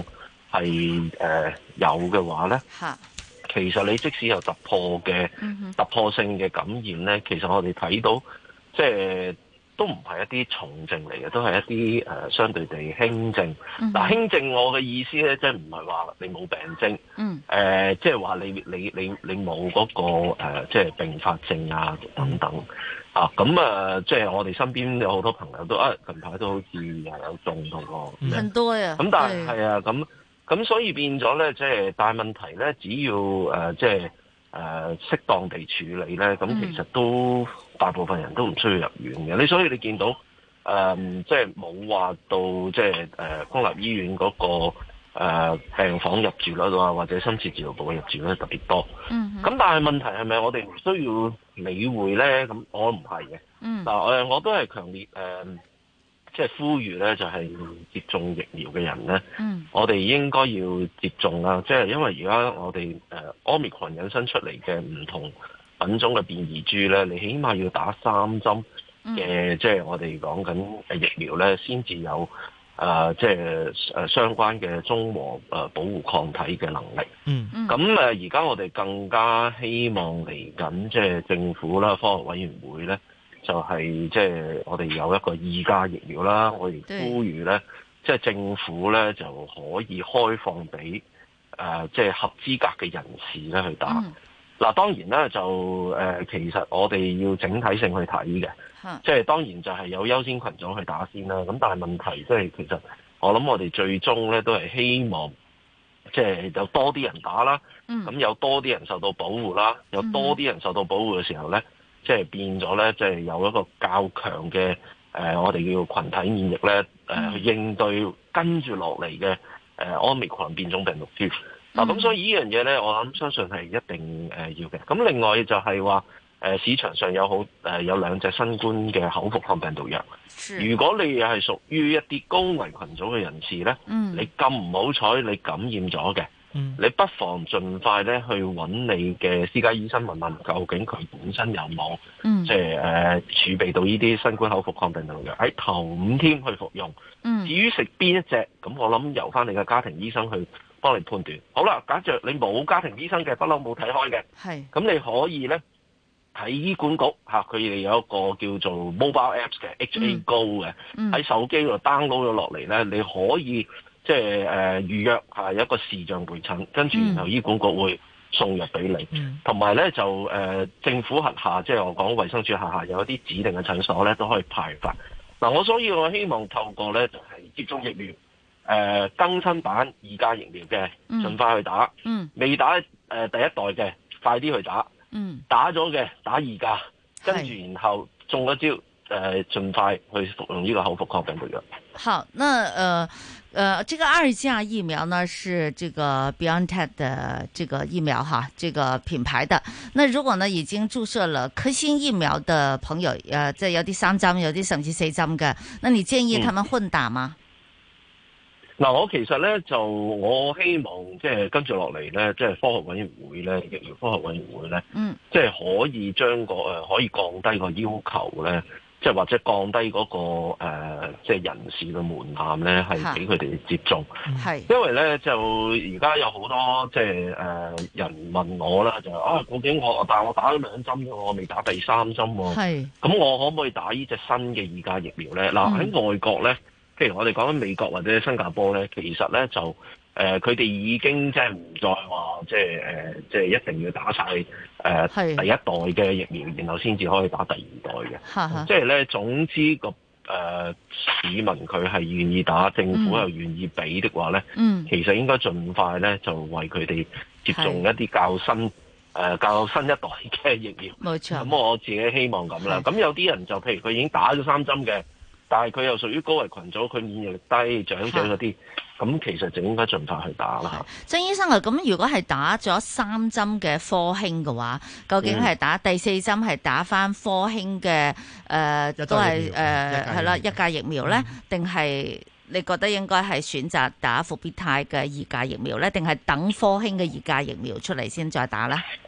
係有嘅話咧，其實你即使有突破性嘅感染咧，其實我哋睇到即係都唔係一啲重症嚟嘅，都係一啲相對地輕症。嗱，輕症我嘅意思咧，即係唔係話你冇病徵，即係話你冇嗰個即係併發症啊等等啊。咁即係我哋身邊有好多朋友都近排都好似又有中到過， 很多呀。咁但係係啊，咁所以變咗咧，即係大問題咧，只要即係適當地處理咧，咁其實都大部分人都唔需要入院嘅。所以你見到即係冇話到即係公立醫院嗰個病房入住率啊，或者深切治療部嘅入住率特別多。咁但係問題係咪我哋唔需要理會咧？咁我唔係嘅。嗱，我都係強烈即係呼籲咧，就係接種疫苗嘅人咧，我哋應該要接種啦。即係因為而家我哋Omicron 引申出嚟嘅唔同品種嘅變異株咧，你起碼要打3針嘅，即係我哋講緊疫苗咧，先至有即係相關嘅中和保護抗體嘅能力。咁而家我哋更加希望嚟緊即係政府啦、科學委員會咧。就係即係我哋有一個2價疫苗啦，我哋呼籲咧，即係政府咧就可以開放俾即係合資格嘅人士咧去打。嗱，當然啦，就其實我哋要整體性去睇嘅，即係當然就係有優先群組去打先啦。咁但係問題即係其實我諗我哋最終咧都係希望即係有多啲人打啦，咁有多啲人受到保護啦，有多啲人受到保護嘅時候咧。即係變咗咧，即係有一個較強嘅我哋叫群體免疫咧，去應對跟住落嚟嘅Omicron 變種病毒株。咁所以呢樣嘢咧，我諗相信係一定要嘅。咁另外就係話市場上有2隻新冠嘅口服抗病毒藥。如果你係屬於一啲高危群組嘅人士咧，你咁唔好彩你感染咗嘅。你不妨盡快咧去揾你嘅私家醫生問問，究竟佢本身有冇即係儲備到呢啲新冠口服抗病毒藥喺頭5天去服用。至於食邊一隻，咁我諗由翻你嘅家庭醫生去幫你判斷。好啦，假設你冇家庭醫生嘅，不嬲冇睇開嘅，咁你可以咧喺醫管局佢哋有一個叫做 mobile apps 嘅 HA Go 嘅，喺手機度 download 咗落嚟咧，你可以。即係預約有一個視像會診，跟住然後醫管局會送藥俾你，同埋咧就政府轄下，即係我講衛生署轄下有一啲指定嘅診所咧都可以派發。嗱，所以我希望透過咧就係接種疫苗，更新版2價疫苗嘅，盡快去打。未打第一代嘅，快啲去打。打咗嘅打2價，跟住然後中咗招，盡快去服用呢個口服抗病毒藥。 好，那這個2價疫苗呢是這個 BioNTech 的這個疫苗哈，這個品牌的。那如果呢已經注射了科興疫苗的朋友，即係有啲3針，有啲甚至4針嘅，那你建議他們混打嗎？ 嗱，我其實咧就我希望即係跟住落嚟咧，即係科學委員會咧，疫苗科學委員會咧，即係可以將可以降低個要求咧。即係或者降低嗰個即係人士嘅門檻咧，係俾佢哋接種。係，因為咧就而家有好多即係人問我啦，就究竟但係我打咗2針啫，我未打第3針喎。係，咁我可唔可以打呢隻新嘅2價疫苗咧？嗱，喺外國咧，譬如我哋講緊美國或者新加坡咧，其實咧就佢哋已經即係唔再話即係一定要打晒第一代嘅疫苗，然後先至可以打第2代嘅。即係咧，總之個市民佢係願意打，政府又願意俾的話咧，其實應該盡快咧就為佢哋接種一啲較新一代嘅疫苗。冇錯。咁我自己希望咁啦。咁有啲人就譬如佢已經打咗3針嘅，但係佢又屬於高危群組，佢免疫力低，長者嗰啲。咁其實就應該盡快去打啦。 曾醫生啊，咁如果係打咗3針嘅科興嘅話，究竟係打第4針係打翻科興嘅都係係啦1價疫苗咧，定係你覺得應該係選擇打復必泰嘅2價疫苗咧，定係等科興嘅2價疫苗出嚟先再打咧？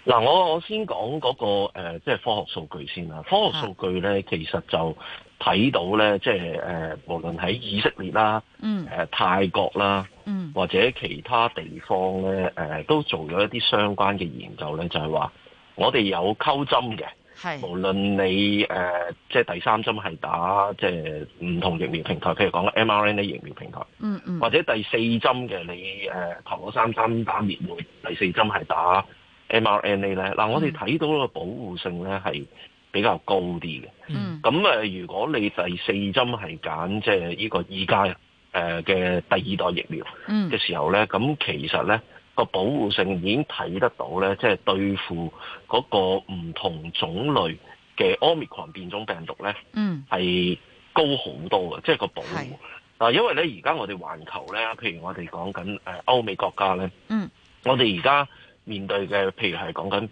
嗱，我先講嗰個即係科學數據先啦。科學數據咧，其實就睇到咧，即係無論喺以色列啦、泰國啦，或者其他地方咧，都做咗一啲相關嘅研究咧，就係話我哋有溝針嘅，無論你即係第三針係打即係唔同疫苗平台，譬如講 mRNA 疫苗平台，或者第四針嘅你頭嗰3針打滅活，第四針係打mRNA 咧，嗱，我哋睇到個保護性咧係比較高啲嘅。咁如果你第四針係揀即係呢個2價嘅第2代疫苗嘅時候咧，咁其實咧個保護性已經睇得到咧，即係對付嗰個唔同種類嘅 Omicron 變種病毒咧，係高好多嘅，即係個保護。嗱，因為咧而家我哋環球咧，譬如我哋講緊歐美國家咧，我哋而家面對嘅，譬如係講緊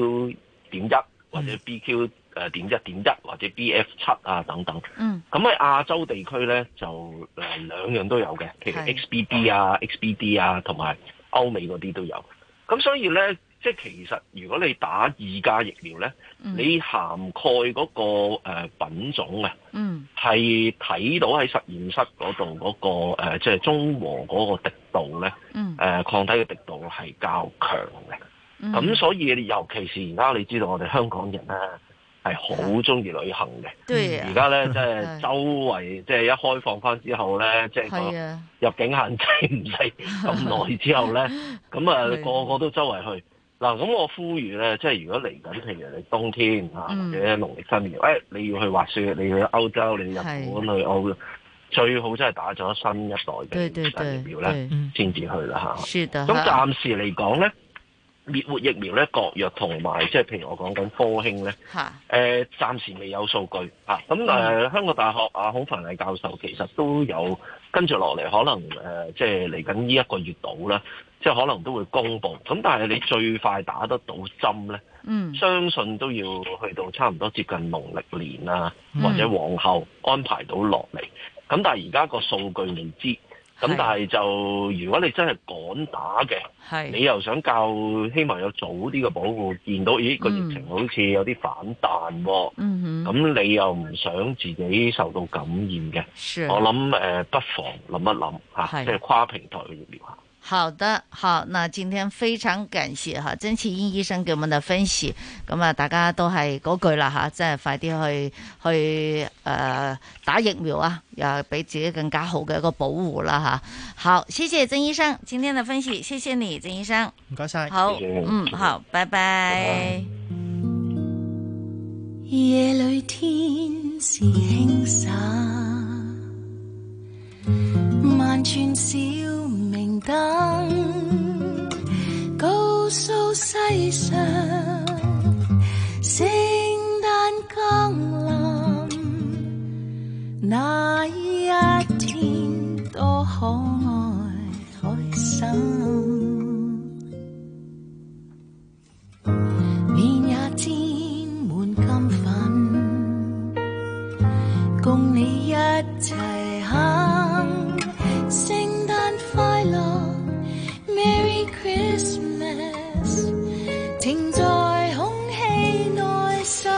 BQ.1 或者 BQ.1.1 或者 BF7 啊等等。咁喺亞洲地區咧就兩樣都有嘅，譬如 XBB 啊、XBD 啊，同埋歐美嗰啲都有。咁所以咧，即係其實如果你打2價疫苗咧，你涵蓋嗰個品種啊，係睇到喺實驗室嗰度嗰個即係中和嗰個滴度咧，抗體嘅滴度係較強嘅。咁所以尤其是而家你知道我哋香港人咧係好中意旅行嘅，而家咧即係周圍即係一開放翻之後咧，即係個入境限制唔使咁耐之後咧，咁個個都周圍去。嗱，咁我呼籲咧，即係如果嚟緊，譬如你冬天或者農曆新年，你要去滑雪，你去歐洲，你去日本去澳，最好真係打咗新一代嘅疫苗咧，先至去啦嚇。是的。咁暫時嚟講咧，滅活疫苗咧，國藥同埋即係譬如我講緊科興咧，暫時未有數據嚇。咁香港大學孔繁毅教授其實都有跟住落嚟，可能即係嚟緊呢一個月度啦。即係可能都會公布，咁但係你最快打得到針咧，相信都要去到差唔多接近農曆年啊，或者往後安排到落嚟。咁但係而家個數據未知，咁但係就如果你真係趕打嘅，你又想希望有早啲嘅保護，見到咦個疫情好似有啲反彈喎，咁你又唔想自己受到感染嘅，我諗不妨諗一諗嚇，即係跨平台嘅疫苗嚇。 好的，好，那今天非常感謝哈曾祈殷醫生給我們的分析，咁啊大家都係嗰句啦吓，即係快啲去打疫苗啊，又俾自己更加好嘅一個保護啦吓。好，謝謝曾醫生今天的分析，謝謝你曾醫生， 唔該晒。 好，好，拜拜。 夜裏天是輕灑，萬串小明燈告訴世上，聖誕降臨那一天多可愛開心，面也沾滿金粉，共你一齊喊聖誕快樂 Merry Christmas， 停在空氣內心，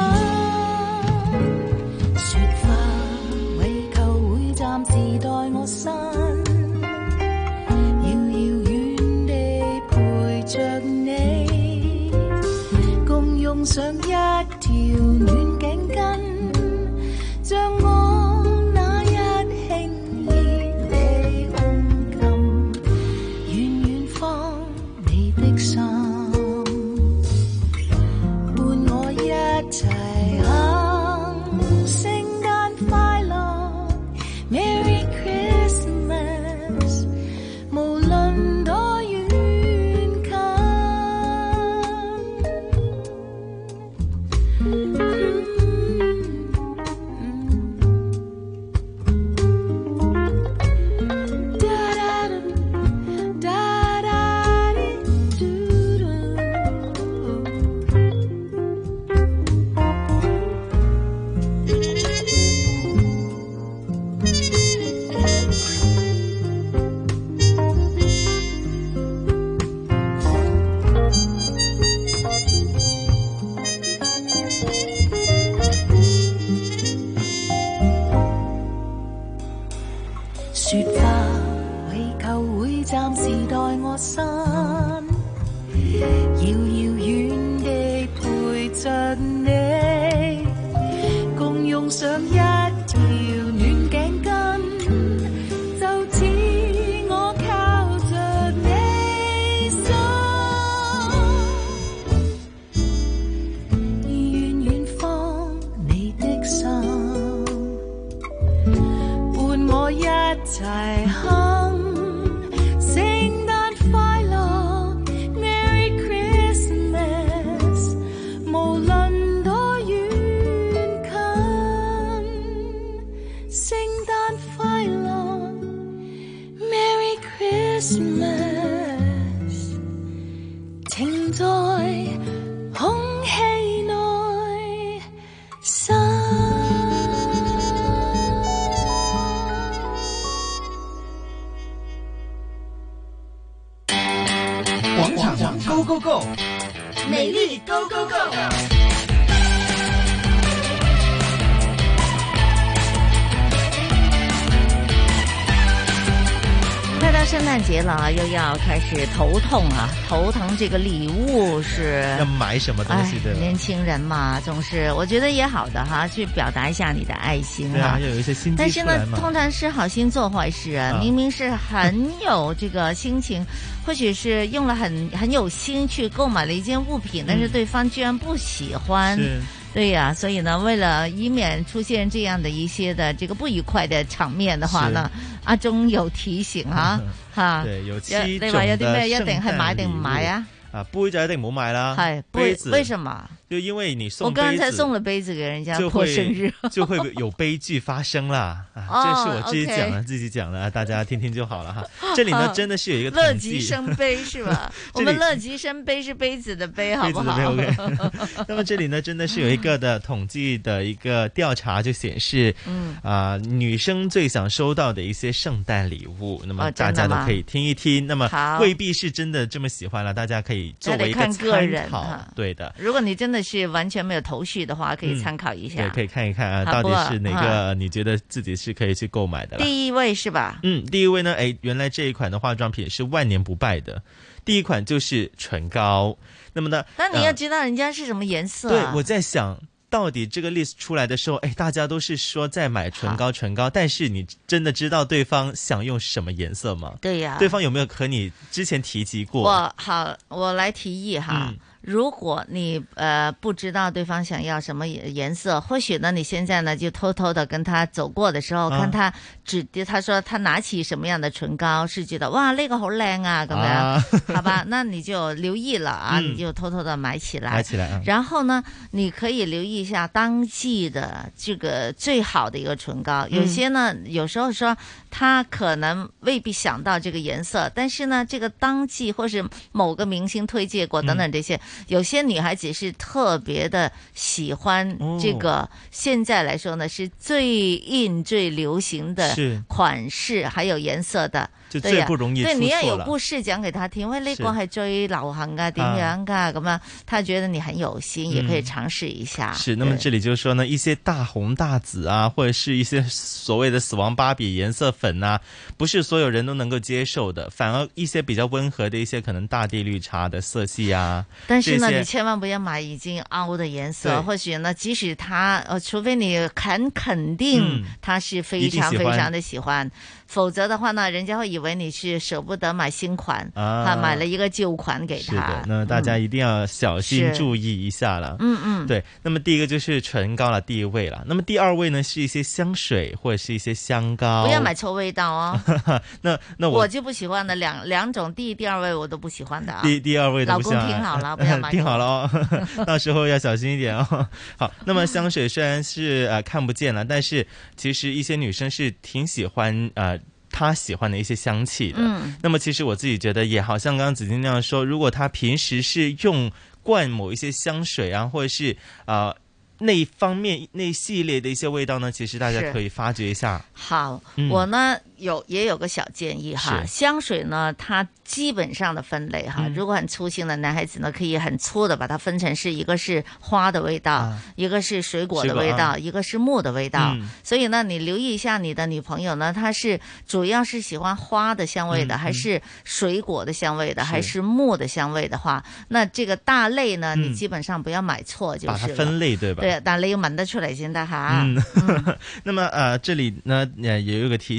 雪花為求會暫時待我身，遙遙遠地陪着你，共用上一條暖頸巾，像我那一輕熱你胸襟，遠遠方你的心，伴我一齊行聖誕快樂 Merry Christmas， 無論多遠近。 齊哼聖誕快樂 Merry Christmas 無論多遠近聖誕快樂 Merry Christmas 情在空氣內散廣場 Go Go Go 美麗 Go Go Go。 快到聖誕節了，又要開始頭痛啊！頭疼這個禮物是要買什麼東西的？ 年輕人嘛，總是我覺得也好的哈，去表達一下你的愛心對啊，要有一些心機出來嘛。 但是呢，通常是好心做壞事啊！明明是很有這個心情，或許是用了很有心去購買了一件物品，但是對方居然不喜歡。是。對呀，所以呢，為了以免出現這樣的一些的這個不愉快的場面的話呢，阿中有提醒啊，吓， 對，有7種的你話有啲咩一定係買定唔買啊？ 啊，杯就一定唔好買啦。 係杯子， 為什麼？ 就因為你送我剛才送了杯子給人家過生日， 就會有悲劇發生啦。這是我自己講的，自己講的，大家聽聽就好了哈。這裡呢，真的是有一個樂極生悲，是吧？我們樂極生悲是杯子的杯，好不好？ 那麼這裡呢，真的是有一個的統計的一個調查，就顯示，女生最想收到的一些聖誕禮物，那麼大家都可以聽一聽。那麼未必是真的這麼喜歡了，大家可以作為一個參考。對的， 如果你真的是完全沒有頭緒的話，可以參考一下。 對，可以看一看啊，到底是哪個你覺得自己是可以去購買的。 第一位是吧？ 第一位呢，原來這一款的化妝品是萬年不敗的。第一款就是唇膏。那麼呢， 但你要知道人家是什麼顏色。 對，我在想到底這個 list 出來的時候，大家都是說在買唇膏，但是你真的知道對方想用什麼顏色嗎？ 對呀。 對方有沒有和你之前提及過？ 我來提議哈。如果你不知道對方想要什麼顏色，或許呢你現在呢就偷偷的跟他走過的時候，看他他說他拿起什麼樣的唇膏，是覺得哇呢個好靚啊咁樣，好吧，那你就留意了啊，你就偷偷的買起來。然後呢，你可以留意一下當季的這個最好的一個唇膏。有些呢，有時候說他可能未必想到這個顏色，但是呢，這個當季或是某個明星推薦過等等這些。有些女孩子是特別的喜歡這個，現在來說呢是最 in 最流行的款式，還有顏色的， 就最不容易出錯了。 對，你要有故事講給他聽，喂，呢個係最流行噶，點樣噶，咁樣他覺得你很有心，也可以嘗試一下。 是，那麼這裡就說呢，一些大紅大紫啊，或者是一些所謂的死亡芭比顏色粉啊，不是所有人都能夠接受的，反而一些比較溫和的一些可能大地綠茶的色系啊。 但是呢，你千萬不要買已經凹的顏色，或許呢，即使他除非你肯定他是非常非常的喜歡，否則的話呢，人家會以為你是捨不得買新款，買了一個舊款給他。是的， 那大家一定要小心注意一下了。對。那麼第一個就是唇膏了，第一位了。那麼第二位呢，是一些香水或者是一些香膏。 不要買臭味道哦。 那我就不喜歡的兩種，第二位我都不喜歡的啊。 第二位都不喜歡。 老公聽好了，不要買。 聽好了哦，到時候要小心一點哦。好，那麼香水雖然是看不見了，但是其實一些女生是挺喜歡她喜歡的一些香氣的。那麼其實我自己覺得也好像剛剛子矜那樣說，如果她平時是用慣某一些香水啊，或者是那方面那系列的一些味道呢，其實大家可以發掘一下。 好，我呢也有個小建議哈，香水呢它基本上的分類哈，如果很粗心的男孩子呢，可以很粗的把它分成是一個是花的味道，一個是水果的味道，一個是木的味道。所以呢，你留意一下你的女朋友呢，她是主要是喜歡花的香味的，還是水果的香味的，還是木的香味的話，那這個大類呢，你基本上不要買錯就是了。 把它分類，對吧？ 對，但你要聞得出來先得哈。 那麼這裡呢也有一個提醒了，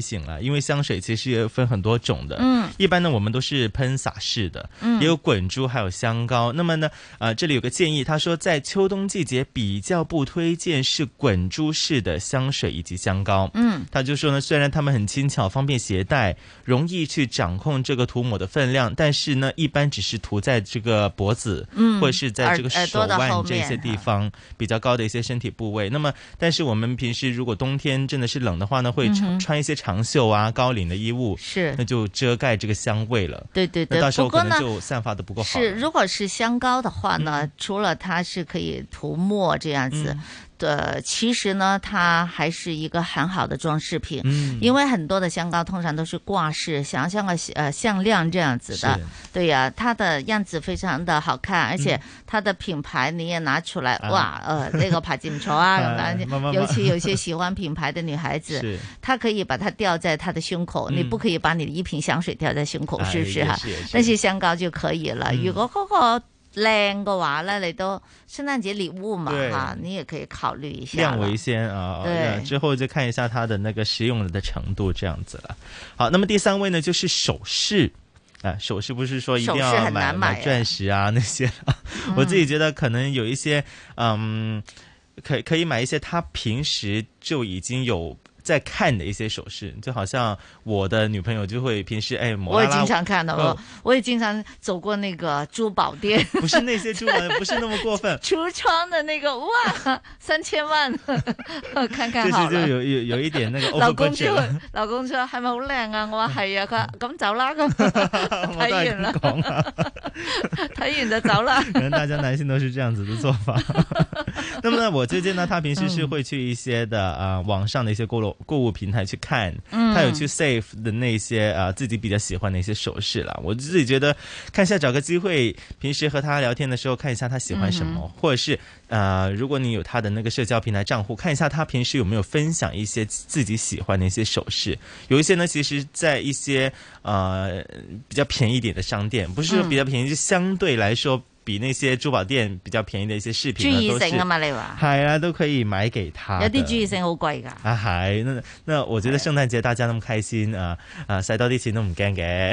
因为香水其实也分很多种的，一般呢我们都是喷洒式的，也有滚珠，还有香膏。那么呢，这里有个建议，他说在秋冬季节比较不推荐是滚珠式的香水以及香膏。他就说呢，虽然它们很轻巧、方便携带，容易去掌控这个涂抹的分量，但是呢，一般只是涂在这个脖子，或者是在这个手腕这些地方比较高的一些身体部位。那么，但是我们平时如果冬天真的是冷的话呢，会穿一些长袖啊、高领的衣物，是那就遮盖这个香味了。对对对，那到时候可能就散发的不够好。 是，如果是香膏的话呢，除了它是可以涂抹这样子。其实呢，它还是一个很好的装饰品，因为很多的香膏通常都是挂饰，像个项链这样子的，对呀，它的样子非常的好看，而且它的品牌你也拿出来，哇，那个牌子不错啊，尤其有些喜欢品牌的女孩子，她可以把它吊在她的胸口，你不可以把你的一瓶香水吊在胸口，是不是哈？但是香膏就可以了。如果嗰個靚嘅話呢，你都聖誕節禮物嘛哈，你也可以考慮一下。 亮為先啊，之後就看一下它的那個實用的程度，這樣子了。好，那麼第三位呢，就是首飾。首飾不是說一定要買鑽石啊那些，我自己覺得可能有一些，可以買一些他平時就已經有在看的一些首飾，就好像我的女朋友就会平時我也經常看的，我也經常走過那個珠寶店， 不是那些珠寶，不是那麼過分， 櫥窗的那個哇，3000萬，看看好了， 就是有一點那個老公說係咪好靚啊？我話係啊，佢話咁走啦咁，睇完啦，睇完就走啦。 可能大家男性都是這樣子的做法。那麼呢，我最近呢，他平時是會去一些的網上的一些購物平台去看，他有去 save 的那些自己比較喜歡的一些首飾啦。我自己覺得看一下，找個機會，平時和他聊天的時候看一下他喜歡什麼，或者是如果你有他的那個社交平台賬戶，看一下他平時有沒有分享一些自己喜歡的一些首飾。有一些呢，其實在一些比較便宜一點的商店，不是說比較便宜，就相對來說比那些珠寶店比較便宜的一些飾品呢， 注意性啊嘛，你話係啊，都可以買給他。 有啲注意性好貴噶。 係，那我覺得聖誕節大家那麼開心使多啲錢都唔驚嘅。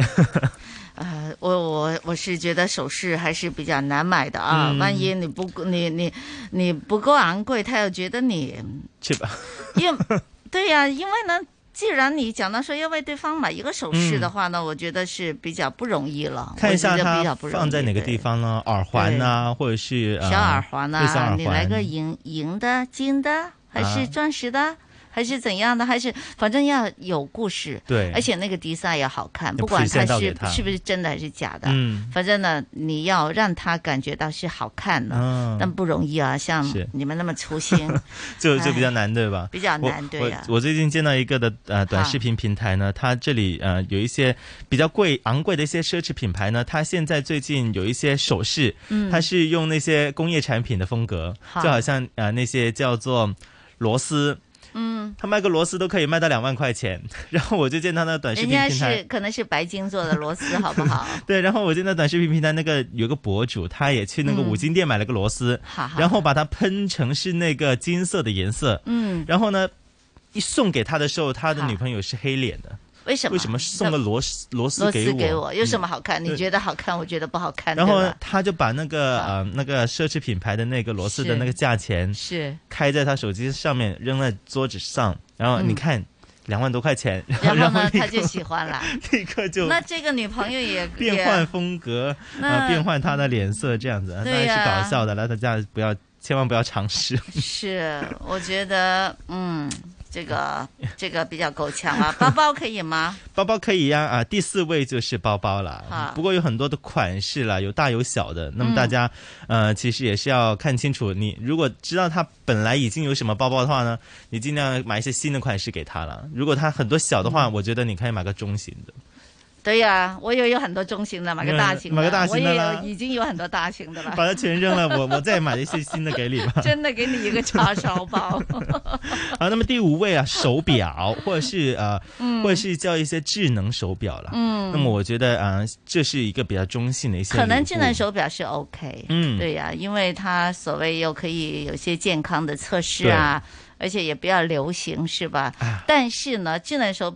我是覺得首飾還是比較難買的啊，萬一你不夠昂貴，他又覺得你去吧。 對呀，因為呢。既然你講到說要為對方買一個首飾的話呢，我覺得是比較不容易了。 看一下它放在哪個地方呢？耳環啊，或者是小耳環啊，你來個銀的、金的，還是鑽石的？還是怎樣的？還是反正要有故事，對，而且那個 design 要好看，不管它是不是真的還是假的，反正呢，你要讓他感覺到是好看的，但不容易啊，像你們那麼粗心， 就比較難，對吧？ 比較難，對呀。 我最近見到一個的短視頻平台呢，它這裡有一些比較昂貴的一些奢侈品牌呢，它現在最近有一些首飾，它是用那些工業產品的風格，就好像那些叫做螺絲。他賣個螺絲都可以賣到2萬塊錢，然後我就見他那短視頻平台， 人家是可能是白金做的螺絲，好不好？ 對，然後我見到短視頻平台那個有個博主，他也去那個五金店買了個螺絲，然後把它噴成是那個金色的顏色，然後呢，一送給他的時候，他的女朋友是黑臉的。 為什麼送個螺絲給我？ 有什麼好看？你覺得好看，我覺得不好看。 然後他就把那個那個奢侈品牌的那個螺絲的那個價錢是開在他手機上面，扔在桌子上。然後你看2萬多塊錢， 然後呢，他就喜歡了， 立刻就那這個女朋友也變換風格，變換他的臉色，這樣子當然是搞笑的了。大家千萬不要嘗試。是， 我覺得這個比較夠嗆啊！包包可以嗎？ 包包可以呀，第4位就是包包啦。不過有很多的款式啦，有大有小的。那麼大家其實也是要看清楚。你如果知道他本來已經有什麼包包的話呢，你盡量買一些新的款式給他啦。如果他很多小的話，我覺得你可以買個中型的。 對呀，我也有很多中型的，買個大型的，我也已經有很多大型的了。 把它全扔了，我再買一些新的給你吧。 真的給你一個叉燒包。 好，那麼第5位啊，手錶或者是叫一些智能手錶了。那麼我覺得這是一個比較中性的一些。 可能智能手錶是 OK。對呀，因為它所謂又可以有些健康的測試啊，而且也比較流行，是吧？但是呢，智能手錶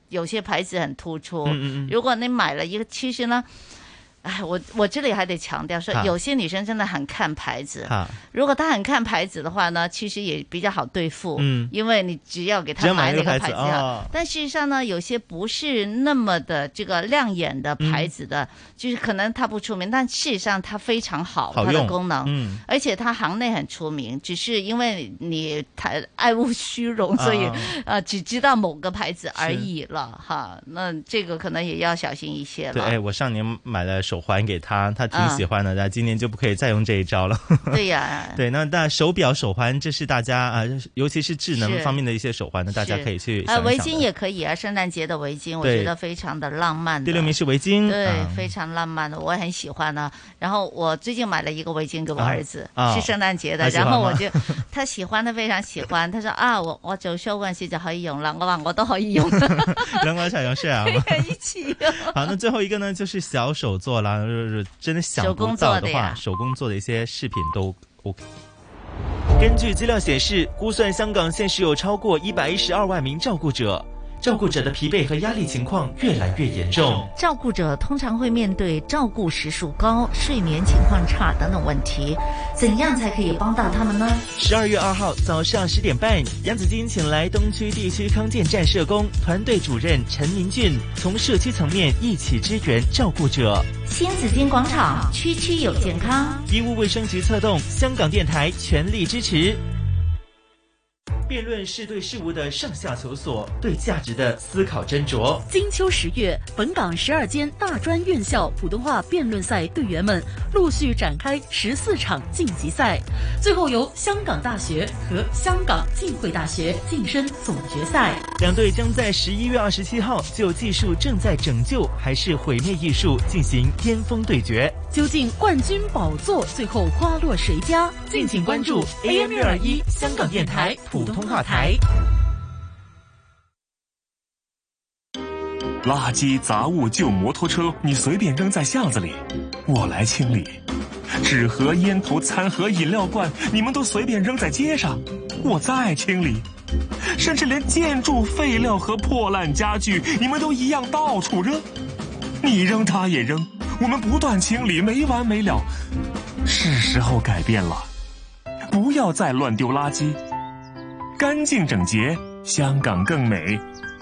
有些牌子很突出。如果你买了一个，其实呢。哎，我这里还得强调说，有些女生真的很看牌子。如果她很看牌子的话呢，其实也比较好对付。因为你只要给她买那个牌子。但事实上呢，有些不是那么的这个亮眼的牌子的，就是可能它不出名，但事实上它非常好，它的功能。而且它行内很出名，只是因为你爱慕虚荣，所以只知道某个牌子而已了哈。那这个可能也要小心一些了。 对，我上年买了手环给他挺喜欢的，但今年就不可以再用这一招了。 对呀， 对，那手表、手环，这是大家尤其是智能方面的一些手环呢，大家可以去想一想。 围巾也可以啊，圣诞节的围巾，我觉得非常的浪漫的。 第6名是围巾， 对，非常浪漫的，我很喜欢呢。然后我最近买了一个围巾给我儿子，是圣诞节的，然后我就他喜欢的非常喜欢，他说我做 show 嗰陣時就可以用啦，我話我都可以用， 兩個一齊用 share 一起用。 好，那最后一个呢，就是小手做啦，真的想不到的话，手工做的一些饰品都 OK。根据资料显示，估算香港现时有超过112万名照顾者。照顾者的疲惫和压力情况越来越严重， 照顾者通常会面对照顾时数高、睡眠情况差等等问题，怎样才可以帮到他们呢？12月2号早上10点半，杨子金请来东区地区康健站社工团队主任陈明俊，从社区层面一起支援照顾者。新紫金广场，区区有健康，医务卫生局策动，香港电台全力支持。辩论是对事物的上下求索，对价值的思考斟酌。 金秋10月，本港12间大专院校普通话辩论赛队员们陆续展开14场晋级赛，最后由香港大学和香港浸会大学晋升总决赛。 两队将在11月27号就技术正在拯救还是毁灭艺术进行巅峰对决。 究竟冠军宝座最后花落谁家？敬请关注 AM621 香港电台普通话台。 垃圾杂物旧摩托车你随便扔在巷子里，我来清理。纸盒烟头餐盒饮料罐你们都随便扔在街上，我再清理。甚至连建筑废料和破烂家具你们都一样到处扔，你扔他也扔，我们不断清理没完没了。是时候改变了，不要再乱丢垃圾，干净整洁，香港更美。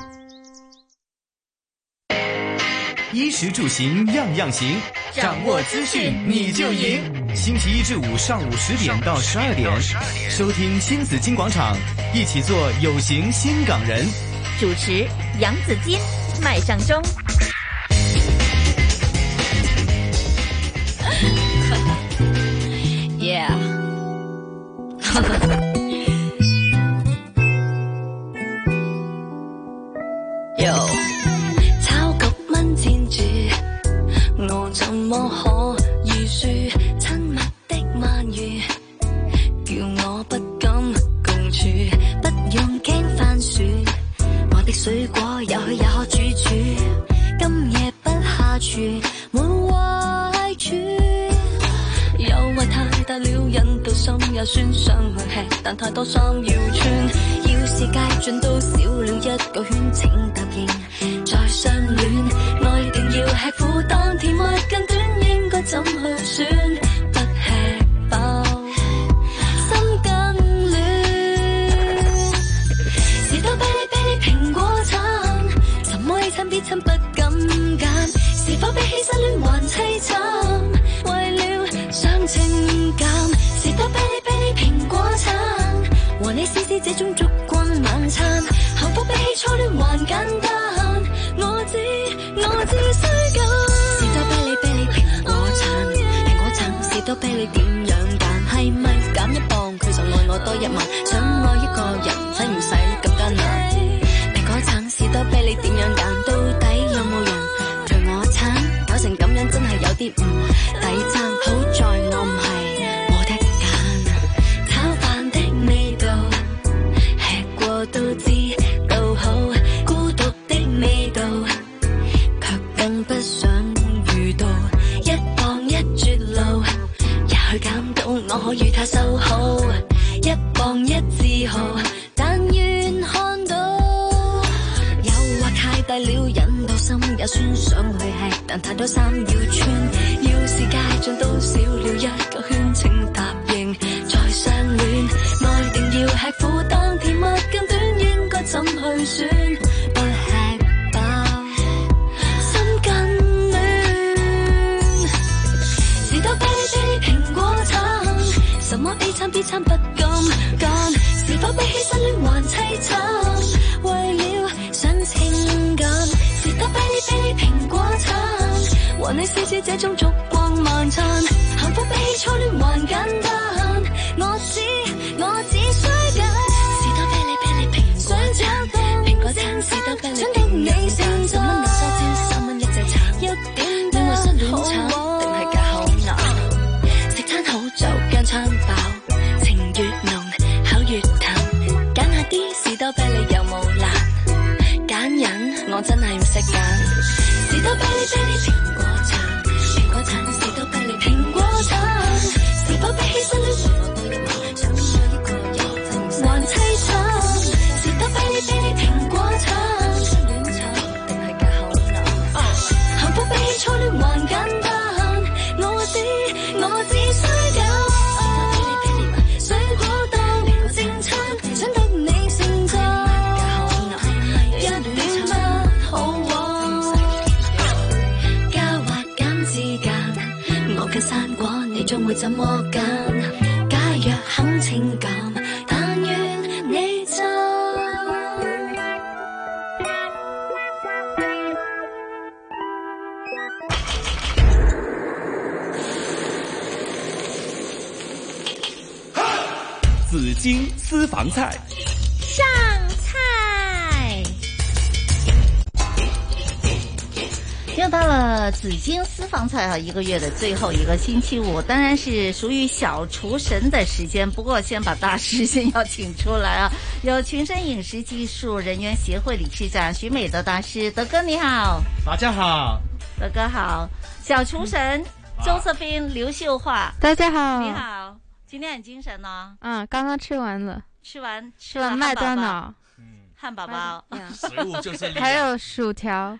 衣食住行样样行，掌握资讯你就赢。星期1至5上午10点到12点，收听新紫金广场，一起做有型新港人。 主持杨子金、麦尚中。 Yeah 超級蚊纏住我，怎麼可以輸？親密的鰻魚叫我不敢共處，不用驚番薯，我的水果也許也可煮煮，今夜不下廚沒壞處。誘惑太大了，引到心也酸，想去吃但太多衫要穿，要是界盡到少了一個圈，請答應再相戀，愛定要吃苦，當甜蜜更短，應該怎去選？不吃飽心更亂，士多啤梨啤梨蘋果橙，怎麼一餐必親不敢揀，是否比起失戀還凄慘？為了想情感，士多啤梨啤梨蘋果橙，和你試試這種燭光晚餐，幸福比起初戀還簡單。我只需揀士多啤梨啤梨蘋果橙，蘋果橙士多啤梨點樣揀？係咪減1磅佢就愛我多1萬？想愛一個人使唔使咁艱難？蘋果橙士多啤梨點樣揀？到底有冇人陪我橙？搞成咁樣真係有啲唔抵爭，好在我唔係冇得揀。炒飯的味道吃過都知道好，孤獨的味道更不想遇到，一磅一絕路，也許減到我可與他修好，一磅一自豪，但願看到誘惑太大了， 也算上去吃，但太多衫要穿，要是界盡都少了一個圈，請答應再相戀。愛定要吃苦，但甜蜜更短，應該怎去選？不吃飽，心更亂。士多啤梨蘋果橙，什麼 A 餐 B 餐不敢揀，是否比起失戀還凄慘？為了想情感，士多啤梨蘋果橙，和你試試這種燭光晚餐，幸福比起初戀還簡單。我只需揀士多啤梨蘋果橙，士多啤梨想跟你勝在10蚊能梳蕉，3蚊一隻橙，一點戀愛失戀橙，定係嫁好難？食餐好就姜餐飽，情越濃口越淡，揀下啲士多啤梨有冇難？揀人我真係唔識揀，士多啤梨蘋果橙，士多啤梨蘋果橙，是否比起失戀還凄慘？士多啤梨蘋果橙，失戀橙定係嫁好難？幸福比起初戀還簡單，我只需揀水果當正餐，想得你盛讚，一點不好玩，狡猾揀之間，我嘅生果你將會怎麼揀？假若肯情感，但願你讚。 紫荆私房菜上菜。又到了紫荆私房菜啊，1个月的最后一个星期五，当然是属于小厨神的时间。不过先把大师先要请出来啊，有群生饮食技术人员协会理事长徐美德大师，德哥你好。 大家好。 德哥好。小厨神周瑟斌刘秀华， 大家好。 你好，今天很精神呢。 刚刚吃完了。 吃了麦当劳。 汉堡包， 食物就是力量。 还有薯条。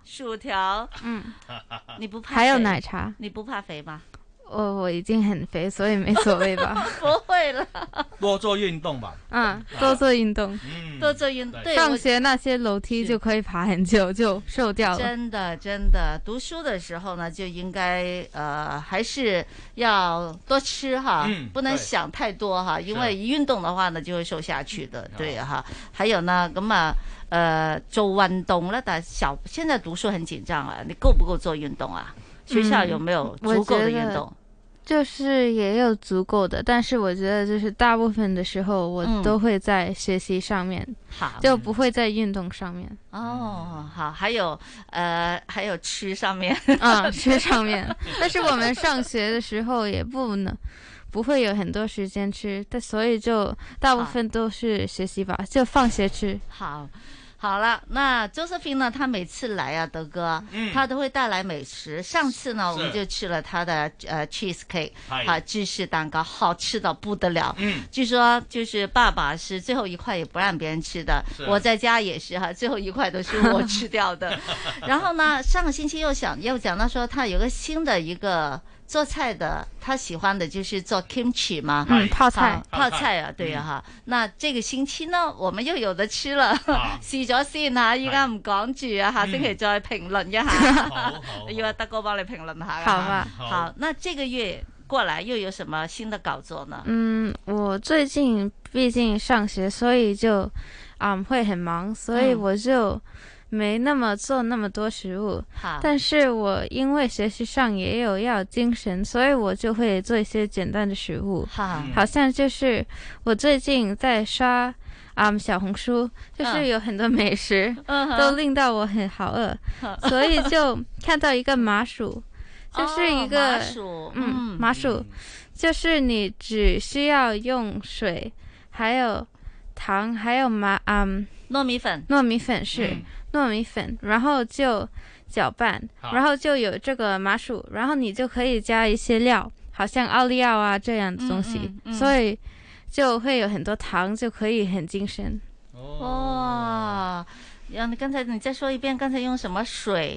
你不怕？ 还有奶茶。 你不怕肥吗？ 我已经很肥，所以没所谓吧。 不会了。 多做运动吧。 多做运动。 多做运动。对， 上学那些楼梯就可以爬很久，就瘦掉了。 真的，读书的时候呢，就应该还是要多吃哈，不能想太多哈，因为一运动的话呢，就会瘦下去的。对哈，还有呢，咁啊，做运动呢，但现在读书很紧张啊，你够不够做运动啊？学校有没有足够的运动？ 就是也有足够的，但是我觉得就是大部分的时候我都会在学习上面，就不会在运动上面。 好，还有吃上面吃上面。但是我们上学的时候也不会有很多时间吃，所以就大部分都是学习吧，就放学吃。 好了，那周瑟斌呢？他每次来啊，德哥，他都会带来美食。上次呢，我们就吃了他的cheese cake，芝士蛋糕，好吃到不得了。据说就是爸爸是最后一块也不让别人吃的，我在家也是哈，最后一块都是我吃掉的。然后呢，上个星期又讲到说他有个新的一个做菜的，他喜欢的就是做 kimchi 嘛， 泡菜啊，對啊哈。那這個星期呢，我們又有得吃了，試咗先吓，依家唔講住啊，下星期再評論一下。好，要德哥幫你評論下。 好吧。 好，那這個月過來又有什麼新的搞作呢？ 我最近畢竟上學，所以就會很忙，所以我就没那么做那么多食物，但是我因为学习上也有要精神，所以我就会做一些简单的食物。好像就是我最近在刷小红书，就是有很多美食，都令到我很好饿，所以就看到一个麻薯，就是一个麻薯，就是你只需要用水，还有糖，还有糯米粉是。糯米粉，然后就搅拌，然后就有这个麻薯，然后你就可以加一些料，好像奥利奥啊这样的东西，所以就会有很多糖，就可以很精神。 哇，刚才你再说一遍，刚才用什么水、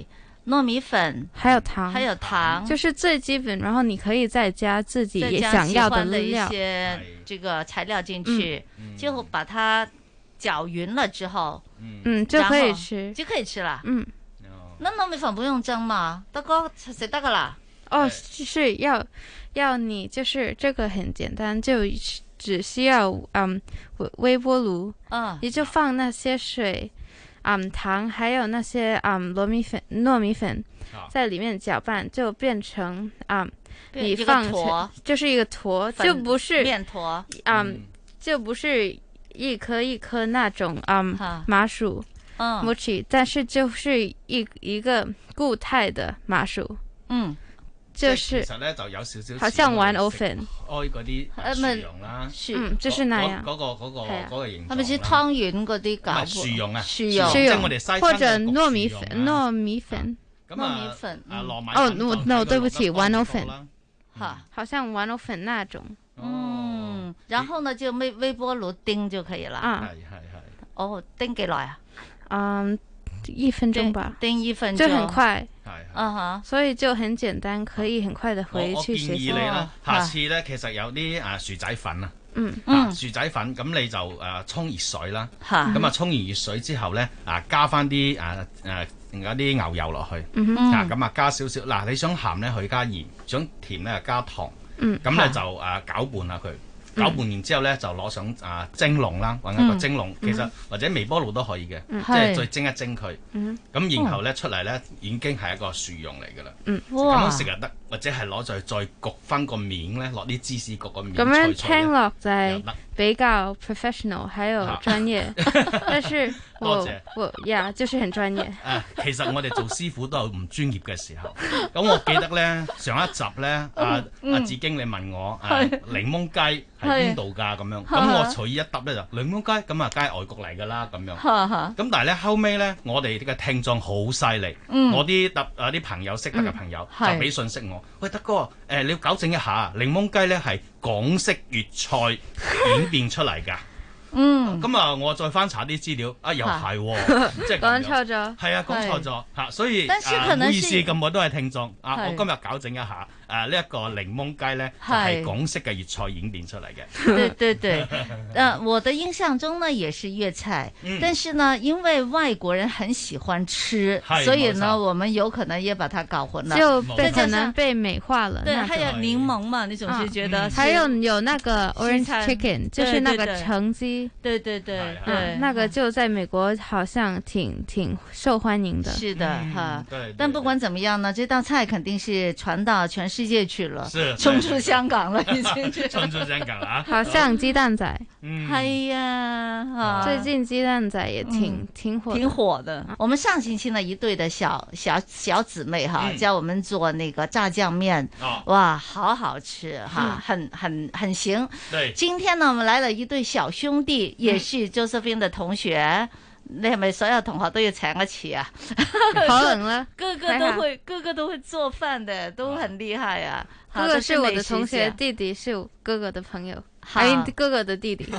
糯米粉， 还有糖，就是最基本，然后你可以再加自己也想要的一些这个材料进去，就把它搅匀了之后， 就可以吃， 那糯米粉不用蒸吗？德哥食得噶啦？ 就是要你就是这个很简单，就只需要微波炉，你就放那些水。糖还有那些糯米粉在里面搅拌，就变成你放就是一个坨，就不是面坨， 就不是一颗一颗那种麻薯mochi，但是就是一个固态的麻薯，就是其實咧就有少少好像玩藕粉嗰啲薯蓉啦， 就是那樣嗰個形狀， 係咪似湯圓嗰啲搞？ 薯蓉啊， 薯蓉， 即係我哋西餐或者糯米粉，no，對不起，玩藕粉，好像玩藕粉那種， 然後呢就微波爐叮就可以了，叮幾耐啊 ？1分鐘吧， 叮1分鐘就很快，所以就很簡單，可以很快的回去學習。 我建議你啦，下次咧其實有啲薯仔粉啊，薯仔粉咁你就沖熱水啦，咁沖完熱水之後咧加翻啲嗰啲牛油落去，咁加少少你想鹹咧可以加鹽，想甜咧加糖，咁咧就攪拌下佢。攪拌完之後咧，就攞上蒸籠啦，揾一個蒸籠，其實或者微波爐都可以嘅，即係再蒸一蒸佢。咁然後咧出嚟咧已經係一個薯蓉嚟㗎啦。咁樣食又得，或者係攞再焗翻個面咧，落啲芝士焗個面。 咁樣聽落就係比較 professional，還有專業，但是我就是很專業。 其實我哋做師傅都有唔專業嘅時候。咁我記得咧上一集咧，阿志經理問我檸檬雞係邊度㗎咁樣，咁我隨意一答咧就檸檬雞，咁梗係外國嚟㗎啦咁樣。咁但係咧後尾咧，我哋嘅聽眾好犀利，我啲朋友識得嘅朋友就俾信息我，喂德哥，你要糾正一下，檸檬雞咧係港式粵菜演變出嚟㗎。咁我再翻查啲資料，又係，即係講錯咗， 係啊，講錯咗嚇，所以唔好意思，咁我都係聽眾我今日糾正一下，呢一個檸檬雞咧就係港式嘅粵菜演變出嚟嘅。 對，我的印象中呢也是粵菜，但是呢因為外國人很喜歡吃，所以呢我們有可能也把它搞混了， 就可能被美化了。 對，還有檸檬嘛，你總是覺得， 還有那個 orange chicken， 就是那個橙雞。 對， 那個就在美國好像挺受歡迎的。 是的哈，但不管怎麼樣呢，這道菜肯定是傳到全世界去了，衝出香港了，已經衝出香港了。 好像雞蛋仔， 係呀， 最近雞蛋仔也挺火的。我們上星期呢一對的小姊妹哈，教我們做那個炸醬麵，哇，好好吃哈，很行。 對， 今天呢我們來了一對小兄弟，也是 Josephine 的同學，你係咪所有同學都要請一次啊？ 可能啦， 個個都會做飯的，都很厲害啊。 哥哥是我的同學，弟弟是我哥哥的朋友，哥哥的弟弟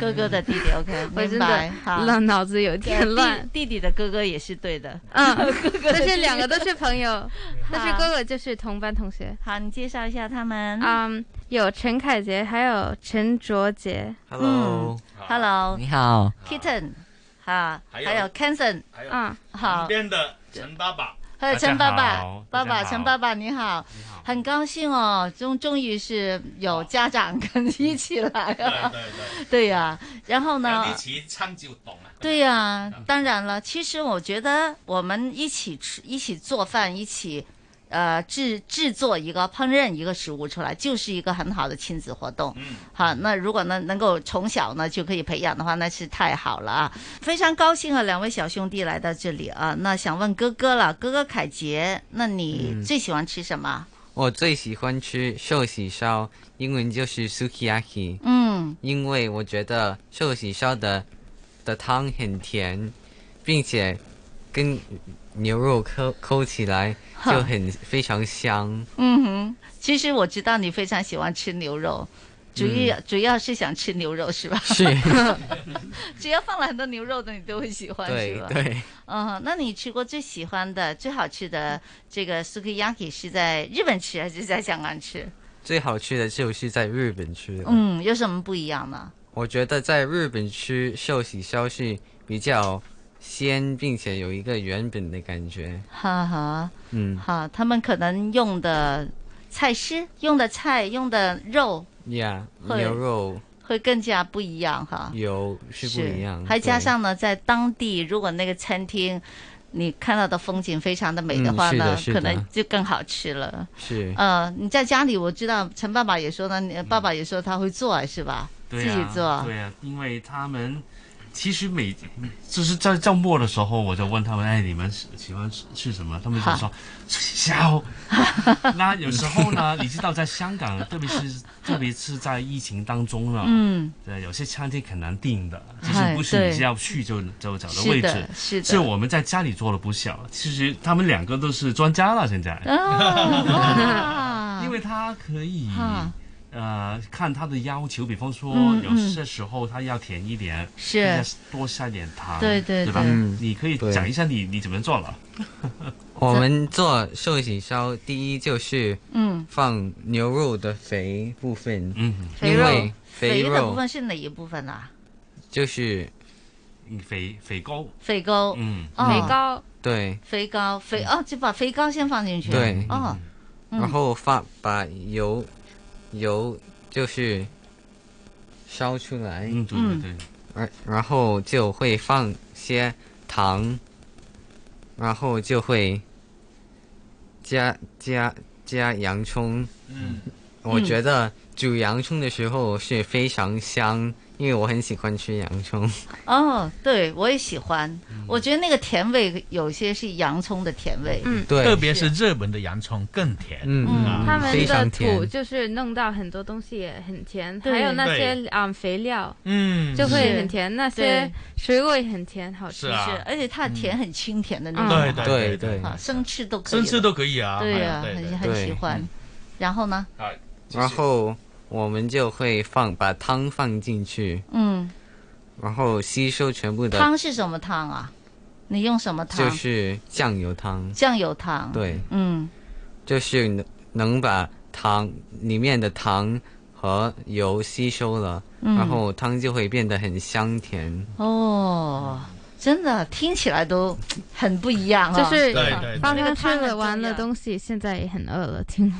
，OK， 明白。 腦子有點亂， 弟弟的哥哥也是對的， 但是兩個都是朋友，但是哥哥就是同班同學。 好，你介紹一下他們。 有陳凱傑，還有陳卓傑。 Hello， 你好 ，Kitten， 還有 Kenson， 好，旁邊的陳爸爸， 還有陳爸爸，陳爸爸你好，很高興哦，終於是有家長跟一起來了，對呀，然後呢？ 有啲似親子活動啊。 對呀，當然了，其實我覺得我們一起做飯，一起。製作一個烹飪一個食物出來，就是一個很好的親子活動。好，那如果呢能夠從小呢就可以培養的話，那是太好了啊！非常高興啊，兩位小兄弟來到這裡啊。那想問哥哥了，哥哥凱傑，那你最喜歡吃什麼？ 我最喜歡吃壽喜燒，英文就是 sukiyaki。因為我覺得壽喜燒的湯很甜，並且跟牛肉扣起來就非常香。 其實我知道你非常喜歡吃牛肉， 主要是想吃牛肉是吧？ 是， 只要放了很多牛肉的你都会喜欢是吧？ 对。 那你吃过最喜欢的、最好吃的这个 sukiyaki 是在日本吃还是在香港吃？ 最好吃的就是在日本吃的。 有什么不一样呢？ 我觉得在日本吃寿喜烧是比较鲜，并且有一个原本的感觉。 哈哈，他们可能用的菜式、用的菜、用的肉牛肉会更加不一样哈。 是不一样， 还加上呢，在当地如果那个餐厅你看到的风景非常的美的话呢，可能就更好吃了。 是， 你在家里，我知道陈爸爸也说呢，你爸爸也说他会做是吧？自己做。 对啊，因为他们其实就是在周末的时候，我就问他们，哎，你们喜欢吃什么？他们就说烧。那有时候呢，你知道在香港，特别是在疫情当中呢，对，有些餐厅很难订的，就是不是你要去就找到位置。 是的。 所以我们在家里做了不少。其实他们两个都是专家了，现在。因为他可以。看他的要求，比方说有些时候他要甜一点， 是多下点糖， 对吧？你可以讲一下你怎么做了？ 我们做寿喜烧，第一就是放牛肉的肥部分， 肥肉肥的部分是哪一部分啊？ 就是肥膏， 肥膏， 肥膏， 对， 肥膏，就把肥膏先放进去， 对，然后把油就是烧出来， 对， 然后就会放些糖，然后就会加洋葱。我觉得煮洋葱的时候是非常香，因为我很喜欢吃洋葱。 对，我也喜欢。我觉得那个甜味有些是洋葱的甜味， 对， 特别是日本的洋葱更甜。 他们的土就是弄到很多东西也很甜，还有那些肥料，就会很甜。那些水果也很甜，好吃。 而且它的甜很清甜的那种。 对， 生吃都可以。 生吃都可以啊。 对啊，很喜欢。然后呢？ 然后我们就会把汤放进去，然后吸收全部的。 汤是什么汤啊？你用什么汤？ 就是酱油汤。 酱油汤。 对，就是能把汤里面的糖和油吸收了，然后汤就会变得很香甜。 真的听起来都很不一样就是刚刚吃了完的东西，现在也很饿了。听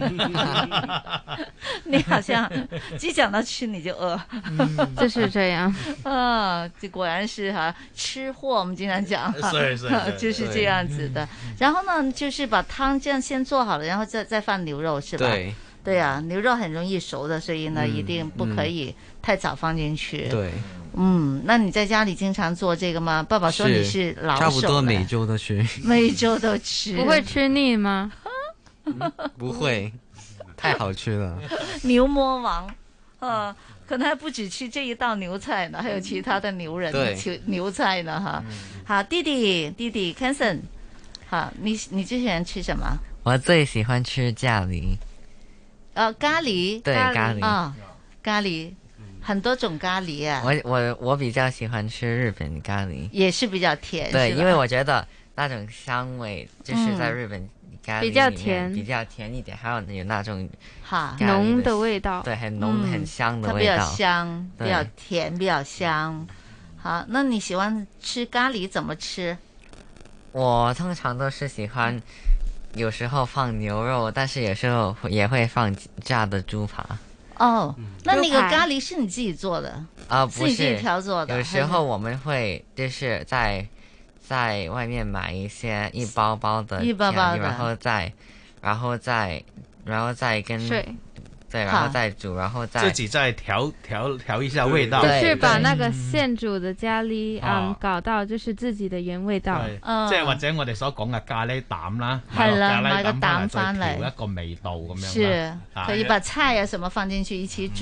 你好像一讲到吃你就饿， 就是这样这果然是吃货。我们经常讲就是这样子的。然后呢，就是把汤这样先做好了，然后再放牛肉是吧？对啊，牛肉很容易熟的，所以呢一定不可以太早放进去。 对。 那你在家里经常做这个吗？爸爸说你是老手， 差不多每周都吃。 每周都吃， 不会吃腻吗？ 不会，太好吃了。 牛魔王，可能还不止吃这一道牛菜呢，还有其他的牛菜呢好，弟弟 Kenson， 好，你最喜欢吃什么？ 我最喜欢吃咖喱。 咖喱， 对，咖喱咖喱。很多种咖喱啊， 我比较喜欢吃日本咖喱， 也是比较甜。 对，因为我觉得那种香味就是在日本咖喱比较甜一点，还有那种浓的味道， 对，很浓很香的味道， 它比较香，比较甜，比较香。好，那你喜欢吃咖喱怎么吃？ 我通常都是喜欢，有时候放牛肉，但是有时候也会放炸的猪扒。 那个咖喱是你自己做的不是你自己调做的？ 有时候我们会就是在外面买一包包的，然后再跟水， 对，然后再煮，然后再自己再调一下味道， 就是把那个現煮的咖喱搞到就是自己的原味道。 即係或者我哋所講嘅咖喱膽啦， 買個膽翻嚟， 調一個味道咁樣。 是可以把菜啊什麼放進去一起煮。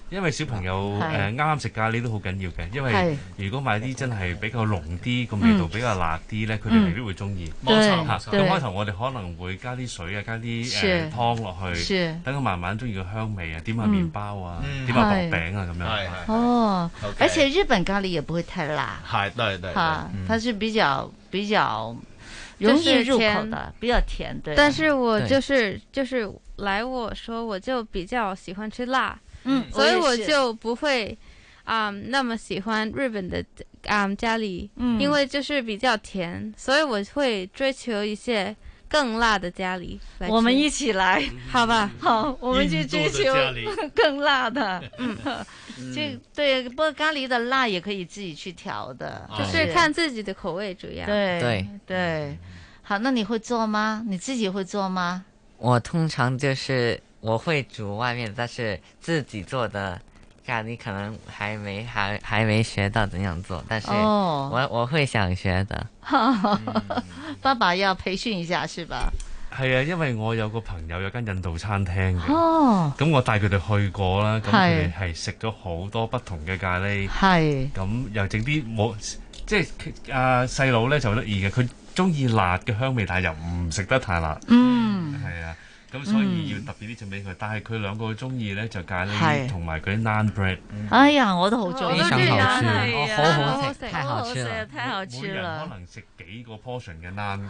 因為小朋友啱啱食咖喱都好緊要嘅，因為如果買啲真係比較濃啲，個味道比較辣啲咧，佢哋未必會中意。 冇錯， 咁開頭我哋可能會加啲水啊，加啲湯落去，等佢慢慢中意個香味啊，點下麵包啊，點下薄餅啊咁樣。 哦，而且日本咖喱也不會太辣。 對， 它是比較容易入口的，比較甜。對。 但是我就是來我說，我就比較喜歡吃辣。所以我就不會那麼喜歡日本的咖喱，因為就是比較甜，所以我會追求一些更辣的咖喱。 我們一起來，好吧？好，我們去追求更辣的。對，不過咖喱的辣也可以自己去調的， 就是看自己的口味主要。 對。好，那你會做嗎？你自己會做嗎？ 我通常就是我會煮外面，但是自己做的咖喱可能還沒學到怎樣做，但是我會想學的。 爸爸要培訓一下是吧？ 係啊，因為我有個朋友有間印度餐廳嘅，咁我帶佢哋去過啦，咁佢哋係食咗好多不同嘅咖喱，咁又整啲即係細佬咧就得意嘅，佢中意辣嘅香味，但係又唔食得太辣。係啊。咁所以要特別啲整俾佢，但係佢兩個中意咧就咖喱同埋嗰啲 naan bread。 哎呀，我都好中意， 非常好吃， 好食， 太好吃了， 太好吃了。 每人可能食幾個 portion 嘅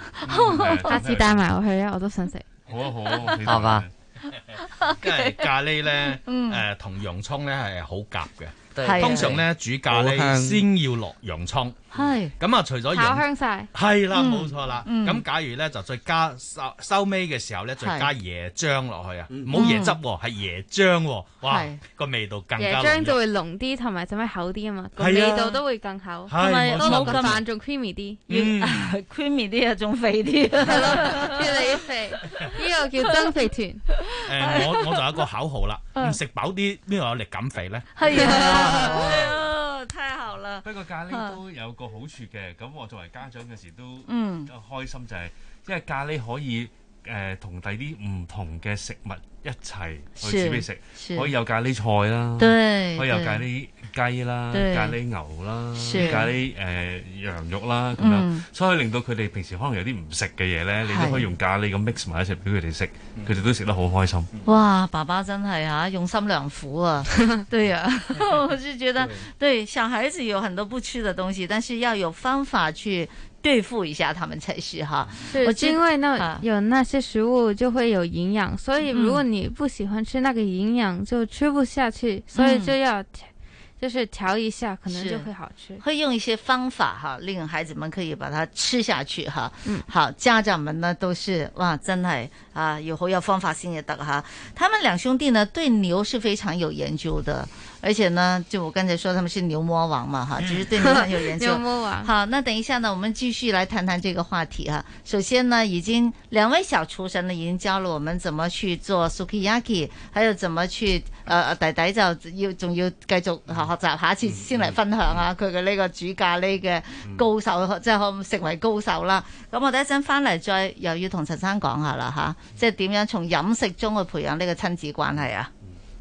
naan。 下次帶埋我去啊，我都想食。 好啊， 好吧。 因為咖喱咧，同洋葱咧係好夾嘅。 對， 通常咧煮咖喱先要落洋葱。 係咁啊！除咗炒香晒， 係啦，冇錯啦。咁假如咧就再加收尾嘅時候咧，再加椰漿落去啊！唔好椰汁喎，係椰漿，哇！個味道更加濃。 椰漿就會濃啲，同埋使咩厚啲啊嘛，個味道都會更厚，同埋都冇咁飯仲 creamy 啲 ，creamy 啲啊，仲肥啲， 係咯，越嚟越肥。呢個叫增肥團。 我就有一個口號啦，唔食飽啲，邊度有力減肥咧？ 係啊，太好啦！ 不過咖喱都有個好處嘅，咁我作為家長嘅時都開心，就係因為咖喱可以同第啲唔同嘅食物一齊去煮俾食，可以有咖喱菜啦，可以有咖喱雞啦、咖喱牛啦、咖喱羊肉啦咁樣，所以令到佢哋平時可能有啲唔食嘅嘢咧，你都可以用咖喱咁 mix 埋一齊俾佢哋食，佢哋都食得好開心。 哇，爸爸真係用心良苦啊！對啊，我就覺得對小孩子有很多不吃的東西，但是要有方法去對付一下他們才是哈。 是因為有那些食物就會有營養，所以如果你不喜歡吃那個營養，就吃不下去，所以就要就是調一下，可能就會好吃。 會用一些方法哈，令孩子們可以把它吃下去哈。好，家長們呢都是哇，真係有好有方法性也得哈。他們兩兄弟呢對牛是非常有研究的。而且呢，就我剛才說他們是牛魔王嘛，哈，就是對牛很有研究。 牛魔王。 好，那等一下呢，我們繼續來談談這個話題哈。首先呢，已經兩位小廚神呢已經教了我們怎麼去做 sukiyaki， 還有怎麼去弟弟就仲要繼續學習，下一次先嚟分享啊佢嘅呢個煮咖喱嘅高手，即係可唔成為高手啦。咁我哋一陣翻嚟再又要同陳生講下啦吓，即係點樣從飲食中去培養呢個親子關係啊。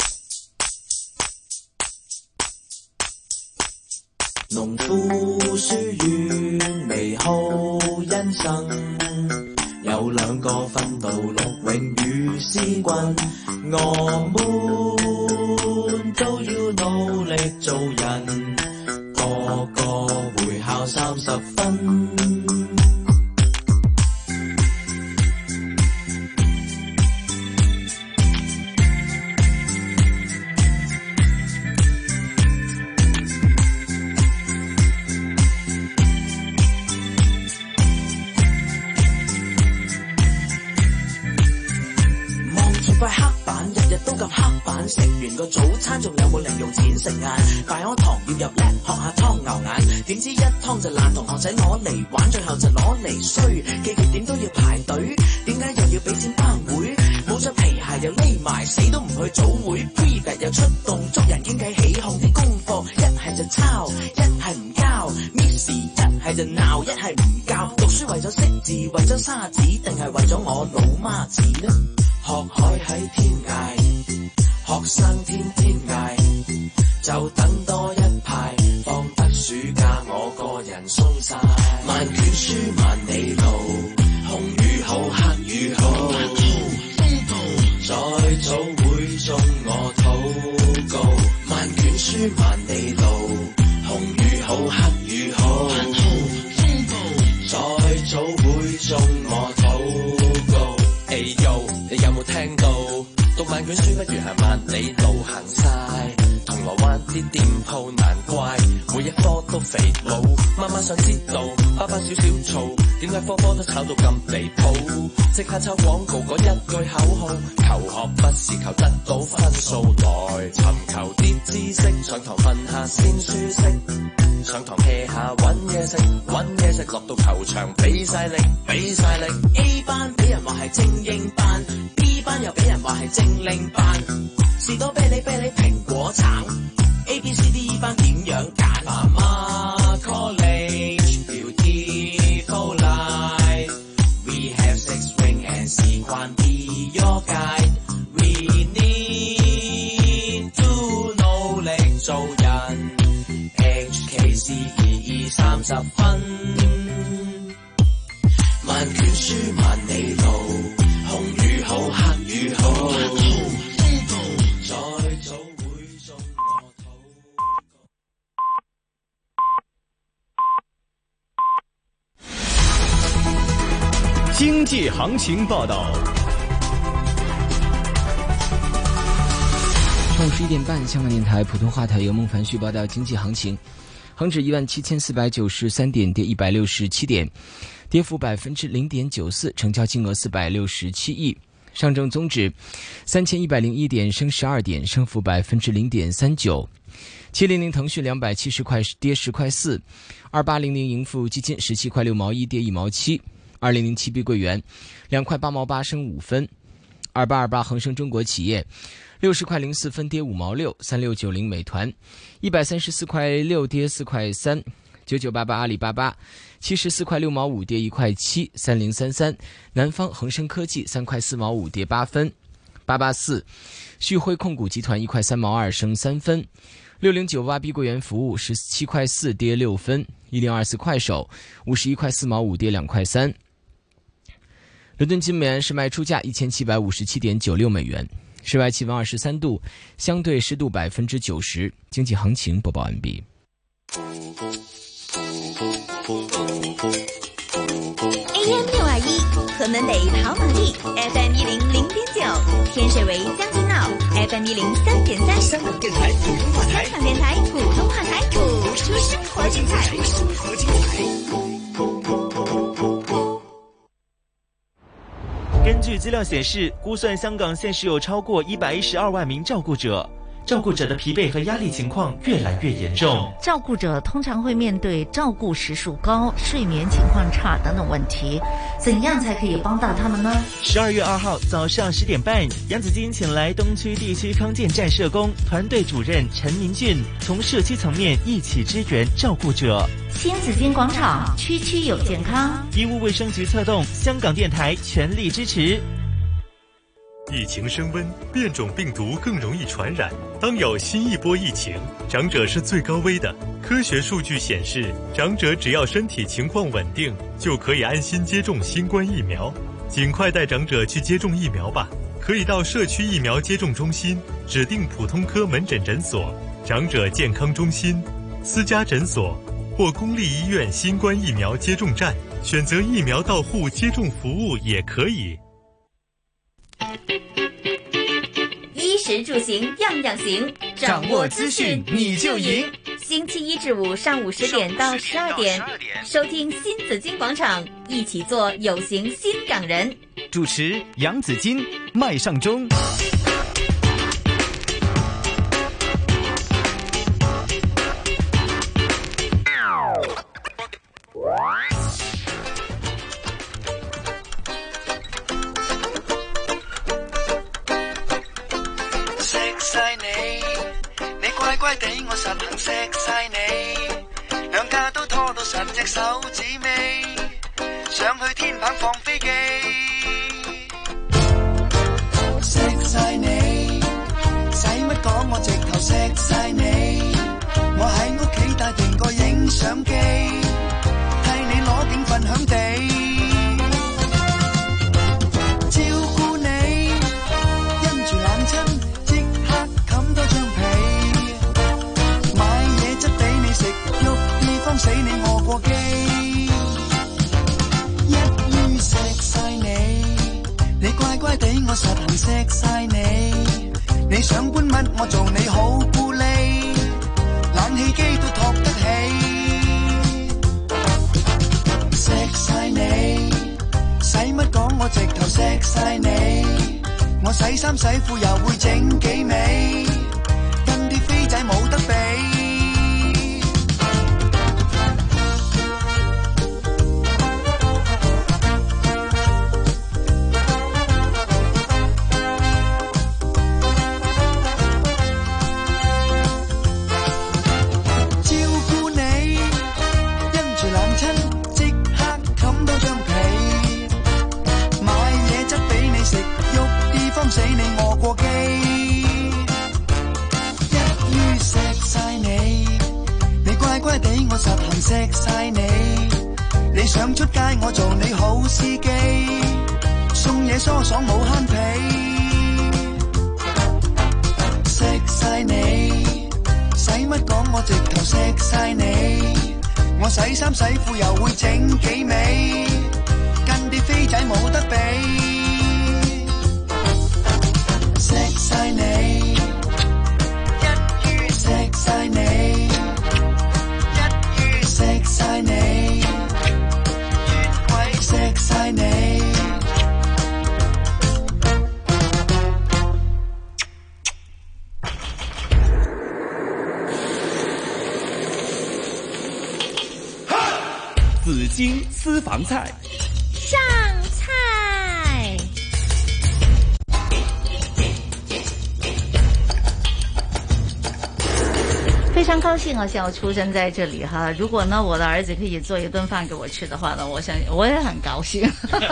農夫書院美好人生，有兩個奮鬥陸永與思君，我們都要努力做人，個個會考30分。食完個早餐仲有冇零用錢食晏？快開堂要入叻學下湯牛眼，點知一湯就爛，同學仔攞嚟玩，最後就攞嚟衰。記極點都要排隊，點解又要俾錢班會？冇着皮鞋又匿埋，死都唔去早會。Prefect 又出動捉人傾偈起哄啲功課，一係就抄，一係唔交。Miss 一係就鬧，一係唔教。讀書為咗識字，為咗沙子，定係為咗我老媽子呢？學海喺天涯，學生天天涯。 等多一排，放得暑假我個人鬆晒。萬卷書萬里路，紅雨好黑雨好，再早會中我禱告。萬卷書萬里路，紅雨好黑雨好，再早會中我禱告。Hey yo，你有冇聽到？讀萬卷書不如行萬里路行晒。銅鑼灣啲店鋪難怪每一科都肥佬，媽媽想知道爸爸少少嘈，點解科科都炒到咁離譜？即刻抄廣告嗰一句口號，求學不是求得到分數，來尋求啲知識，上堂瞓下先舒適，上堂 hea 下揾嘢食，揾嘢食落到球場俾晒力，俾晒力。A 班俾人話係精英班， B 班又俾人話係精靈班，士多啤梨啤梨蘋果橙 A B C D E 班點樣揀？媽媽 college beautiful life we have 6 ring and 時慣 be your guide we need to 努力做人 HKCE 30分，萬卷書萬里路，紅雨好黑雨好，再早會中我禱告。經濟行情報道。 上午11點半，香港電台普通話台由孟凡旭報道經濟行情。恒指17493點，跌167點，跌幅0.94%，成交金額467億。上證綜指3101點，升12點，升幅0.39%。700騰訊270塊，跌10塊4。2800盈富基金17塊6毛1，跌1毛7。2007碧桂園2塊8毛8，升5分。2828恒生中國企業60塊04分，跌5毛6。3690美團134塊6，跌4塊3。9988阿里巴巴74塊6毛5，跌1塊7。3033南方恒生科技3塊4毛5，跌8分。884旭輝控股集團1塊3毛2，升3分。6098碧桂園服務17塊4，跌6分。1024快手51塊4毛5，跌2塊3。倫敦金每安士賣出價1757.96美元，室外氣溫23度，相對濕度90%。經濟行情播報完畢。 AM621河門北跑馬地 FM100.9，天水圍將軍澳 FM103.3，香港電台普通話台，香港電台普通話台，播出生活精彩。 根據資料顯示，估算香港現時有超過112萬名照顧者。照顧者的疲憊和壓力情況越來越嚴重。 照顧者通常會面對照顧時數高、睡眠情況差等等問題，怎樣才可以幫到他們呢？12 月2號早上10點半，楊子矜請來東區地區康健站社工團隊主任陳明俊，從社區層面一起支援照顧者。 新紫荊廣場，區區有健康。 醫務衛生局策動，香港電台全力支持。 疫情升温，变种病毒更容易传染。当有新一波疫情，长者是最高危的。科学数据显示，长者只要身体情况稳定，就可以安心接种新冠疫苗。尽快带长者去接种疫苗吧。可以到社区疫苗接种中心、指定普通科门诊诊所、长者健康中心、私家诊所或公立医院新冠疫苗接种站，选择疫苗到户接种服务也可以。 衣食住行样样行，掌握资讯你就赢。星期一至五上午10点到12点，收听新紫荊广场，一起做有型新港人。 主持杨子矜、麦尚中。 乖地我實行錫晒你，兩家都拖到實隻手指尾，上去天棚放飛機，錫晒你，使乜講我直頭錫晒你。 我做你好咕喱，冷氣機都托得起。錫晒你，使乜講我直頭錫晒你，我洗衫洗褲又會整幾味，跟啲飛仔冇得比。死你餓過機，一於錫晒你，你乖乖地我實行錫晒你，你想出街我做你好司機，送嘢疏爽冇慳皮，錫晒你，使乜講我直頭錫晒你，我洗衫洗褲又會整幾味，跟啲飛仔冇得比。錫晒你，一於錫晒你，一於錫晒你，越鬼錫晒你。 紫荆私房菜上菜。非常高兴啊，像我出生在这里哈。如果呢，我的兒子可以做一頓飯給我吃的話呢，我相信我也很高興。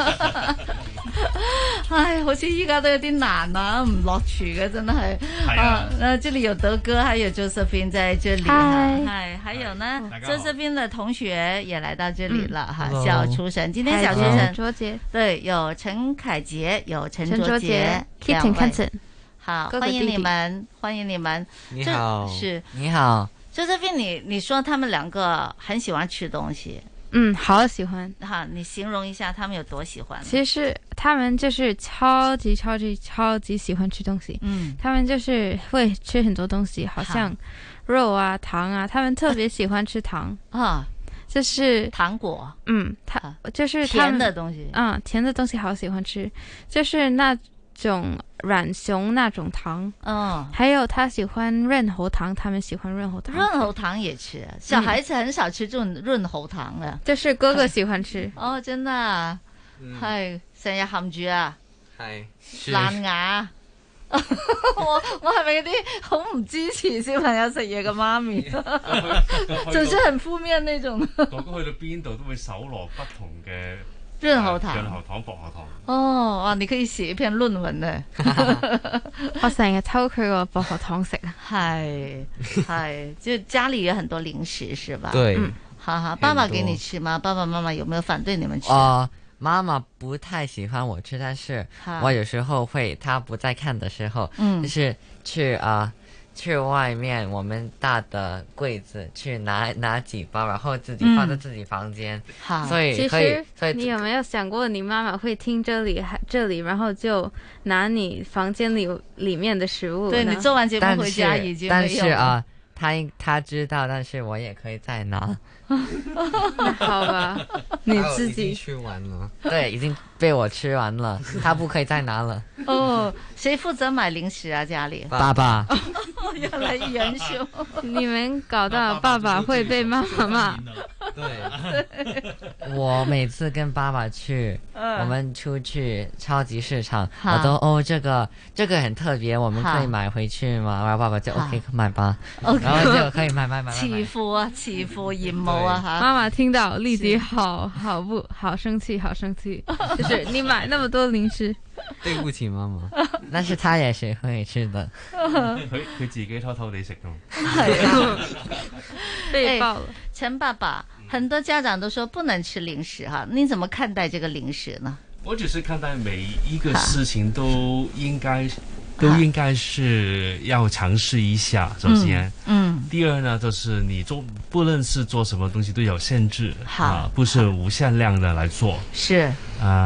唉，好似依家都有啲難啊，唔落廚嘅真係。這裡有德哥，還有 Josephine 在這裡哈，還有呢 Josephine 的同學也來到這裡了哈。小廚神，今天小廚神， 卓杰， 對，有陳凱杰，有陳卓杰 ，Kitten Kitten。 好，歡迎你們，歡迎你們。 你好， 是你好。 Josephine，你說他們兩個很喜歡吃東西， 好喜歡。 哈，你形容一下他們有多喜歡？ 其實他們就是超級超級超級喜歡吃東西。他們就是會吃很多東西，好像肉啊、糖啊，他們特別喜歡吃糖啊， 就是糖果。 他就是甜的東西。 甜的東西好喜歡吃，就是那種軟熊那種糖，還有他喜歡潤喉糖，他們喜歡潤喉糖。 潤喉糖也吃，小孩子很少吃這種潤喉糖的， 就是哥哥喜歡吃。 哦，真的啊，係成日含住啊， 係爛牙。我係咪嗰啲好唔支持小朋友食嘢嘅媽咪？就是很負面那種。 哥哥去到邊度都會搜羅不同嘅潤喉糖、 薄荷糖。 哦，哇！你可以寫一篇論文咧。 我成日偷佢個薄荷糖食啊。 係，就家裡有很多零食，是吧？ 對。 好，爸爸給你吃嗎？爸爸媽媽有沒有反對你們吃？ 媽媽不太喜歡我吃，但是我有時候會，她不在看的時候，就是去外面我們大的櫃子去拿幾包，然後自己放在自己房間。所以可以。 所以你有沒有想過，你媽媽會聽這裡，然後就拿你房間裡面的食物？ 對，你做完節目回家已經沒有。 但是他知道，但是我也可以再拿。 好吧，你自己吃完了。 對，已經被我吃完了，他不可以再拿了。 誰負責買零食啊？家裡爸爸。 要來元凶， 你們搞到爸爸會被媽媽罵。 對，我每次跟爸爸去，我們出去超級市場，我都這個很特別，我們可以買回去嗎？然後爸爸就 OK 買吧，然後就可以買。 慈父嚴母啊哈！ 媽媽聽到立即好生氣，就是你買那麼多零食。 對不起媽媽， 但是他也是會吃的。 佢自己偷偷地食㗎。 係啊， 被爆了。 陳爸爸，很多家長都說不能吃零食哈，你怎麼看待這個零食呢？ 我只是看待每一個事情都應該是要嘗試一下，首先，第二呢，就是你不論是做什麼東西都有限制，不是無限量的來做， 是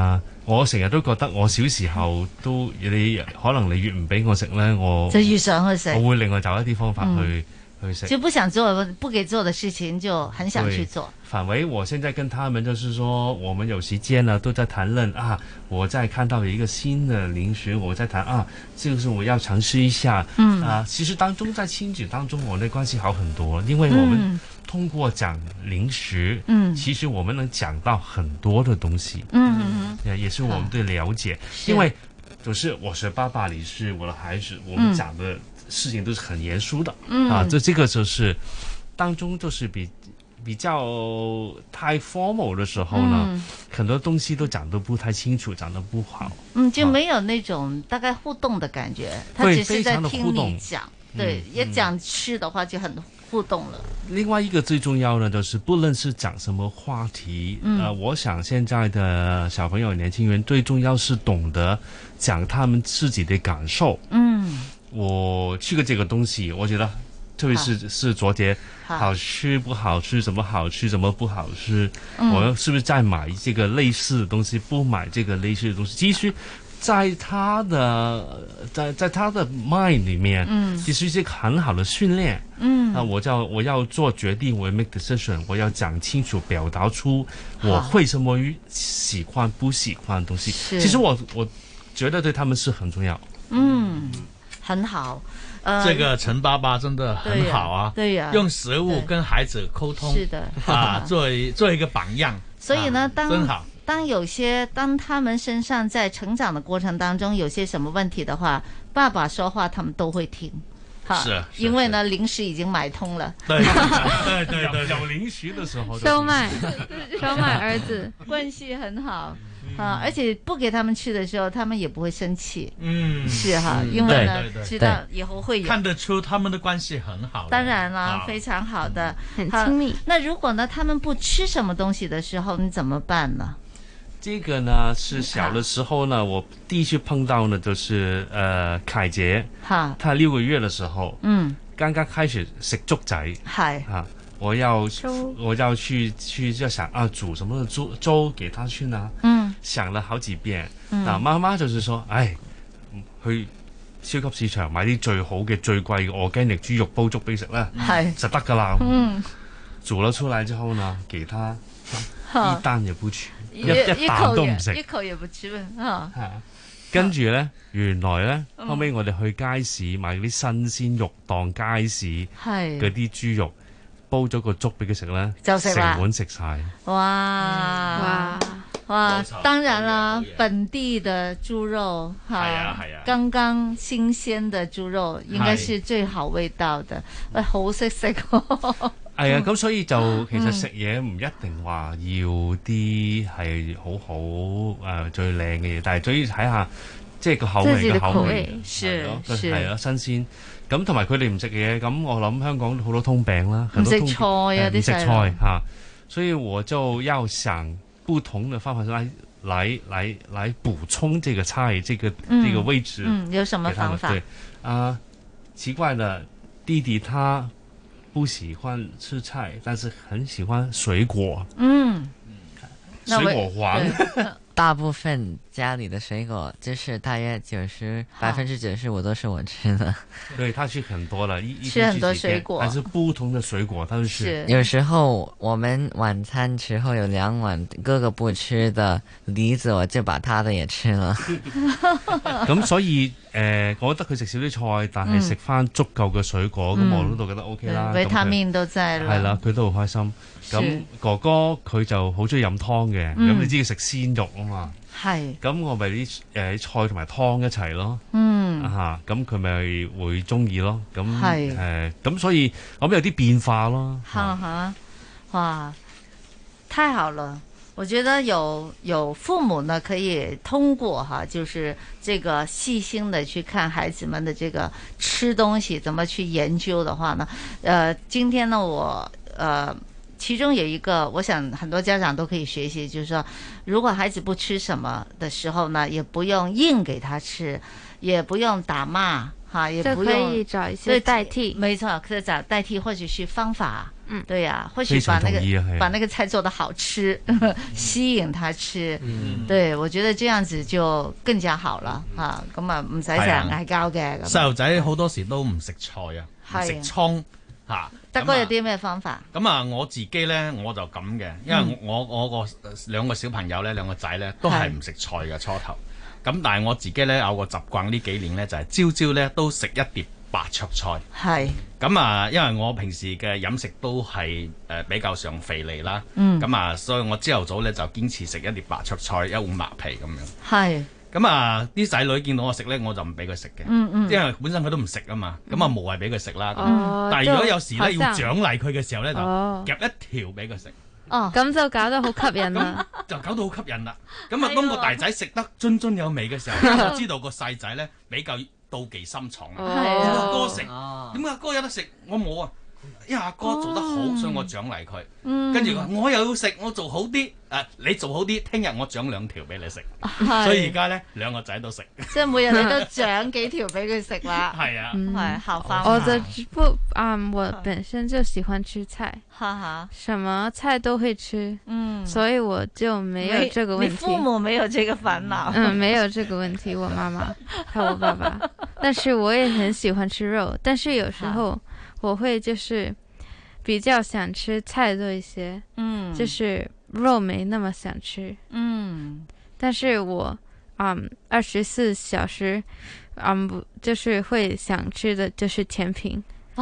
我成日都覺得我小時候都你可能你越唔俾我食咧，我就越想去食。 我會另外找一啲方法去食。 就不想做不給做的事情，就很想去做。 反為我現在跟他們就是說，我們有時間呢都在談論啊，我在看到一個新的零食，我在談啊，就是我要嘗試一下。其實當中在親子當中，我哋關係好很多，因為我們通過講零食，其實我們能講到很多的東西，也是我們對了解，因為就是我是爸爸，你是我的孩子，我們講的事情都是很嚴肅的，這個就是當中就是比較太 formal 的時候呢，很多東西都講得不太清楚，講得不好， 就沒有那種大概互動的感覺，他只是在聽你講，對，也講吃的話就很互動了。 另外一個最重要呢，就是不論是講什麼話題，我想現在的小朋友年輕人最重要是懂得講他們自己的感受。我吃過這個東西，我覺得特別是昨天好吃不好吃，怎麼好吃怎麼不好吃，我是不是再買這個類似的東西，不買這個類似的東西，其實在他的 mind 裏面，其實是一個很好的訓練。我要做決定，我要 make decision， 我要講清楚，表達出我會什麼喜歡不喜歡的東西。其實我覺得對他們是很重要。 很好。 這個陳爸爸真的很好啊， 對呀， 用食物跟孩子溝通， 是的， 做一個榜樣。 所以呢， 真好。 當他們身上在成長的過程當中有些什麼問題的話，爸爸說話他們都會聽。 是， 因為呢零食已經買通了。 對， 有零食的時候收買兒子， 關係很好。而且不給他們吃的時候，他們也不會生氣。是哈，因為呢知道以後會有， 看得出他們的關係很好。 當然啦，非常好的， 很親密。 那如果呢他們不吃什麼東西的時候，你怎麼辦呢？ 這個呢是小的時候呢，我第一次碰到呢就是凱傑，他6個月的時候，剛剛開始食粥仔，係我要去就想啊，煮什麼粥給他吃呢？想了好幾遍。但媽媽就是說，去超級市場買啲最好嘅、最貴嘅organic豬肉煲粥俾食啦，就得噶啦。煮了出來之後呢，給他一啖也不吃，一啖都唔食， 一口也不吃。 跟住呢，原來呢，後尾我哋去街市買啲新鮮肉檔，街市嗰啲豬肉。煲咗個粥俾佢食咧，就成碗食晒。 哇！當然啦，本地的豬肉，剛剛新鮮的豬肉，應該是最好味道的。好識食。 係啊，咁所以就其實食嘢唔一定話要啲係好最靚嘅嘢，但係最睇下即係個口味嘅口味，係啊，新鮮。咁同埋佢哋唔食嘢，咁我諗香港好多通病啦， 唔食菜啊， 唔食菜嚇，所以我就要想不同的方法來補充這個菜，這個位置。 有什麼方法？ 對奇怪的，弟弟他不喜歡吃菜，但是很喜歡水果。水果黃。 大部分家裏的水果就是大約90%都是我吃的。 對，他吃很多了， 吃很多水果， 但是不同的水果都是。 有時候我們晚餐時候有2碗哥哥不吃的梨子，我就把他的也吃了。 咁所以我覺得佢食少啲菜，但係食翻足夠嘅水果，咁我都覺得 OK 啦。 維他命都在啦。 係啦，佢都好開心。咁哥哥佢就好中意飲湯嘅，咁你知佢食鮮肉啊嘛。係。咁我咪啲菜同埋湯一齊咯。咁佢咪會中意咯。咁咁所以我有啲變化咯。 哇，太好了！我覺得有父母呢，可以通過就是這個細心的去看孩子們的這個吃東西怎麼去研究的話呢，今天呢我其中有一個，我想很多家長都可以學習，就是說，如果孩子不吃什麼的時候呢，也不用硬給他吃，也不用打罵哈，也不用就可以找一些代替， 没错，可以找代替或者是方法。对呀，或许把那个菜做得好吃，吸引他吃。對，我覺得這樣子就更加好啦嚇。咁啊唔使成日嗌交嘅。 細路仔好多時都唔食菜啊，唔食葱嚇。 德哥有啲咩方法？ 咁啊，我自己咧我就咁嘅，因為我個兩個小朋友咧，兩個仔咧都係唔食菜嘅初頭。咁但係我自己咧有個習慣呢幾年咧，就係朝朝咧都食一碟白灼菜。係。咁啊，因為我平時嘅飲食都係比較上肥膩啦。咁啊，所以我朝頭早咧就堅持食一碟白灼菜，一碗麥皮咁樣。係。咁啊，啲仔女見到我食咧，我就唔俾佢食嘅。因為本身佢都唔食啊嘛，咁啊無謂俾佢食啦。但係如果有時咧要獎勵佢嘅時候咧，就夾一條俾佢食。 咁就搞得好吸引啦。 就搞到好吸引啦。咁啊，當個大仔食得津津有味嘅時候，我知道個細仔咧比較妒忌心重啊！阿哥食，點解阿哥有得食，我冇啊？因為阿哥做得好，所以我獎勵佢。跟住我又要食，我做好啲。你做好啲，聽日我獎2條俾你食。所以而家咧2個仔都食。 即係每日你都獎幾條俾佢食啦。係啊，係好方法。 我我本身就喜歡吃菜，什麼菜都會吃。所以我就沒有這個問題。你父母沒有這個煩惱。 沒有這個問題，我媽媽還有我爸爸。但是我也很喜歡吃肉，但是有時候我會就是比較想吃菜多一些，就是肉沒那麼想吃，但是我24小時就是會想吃的就是甜品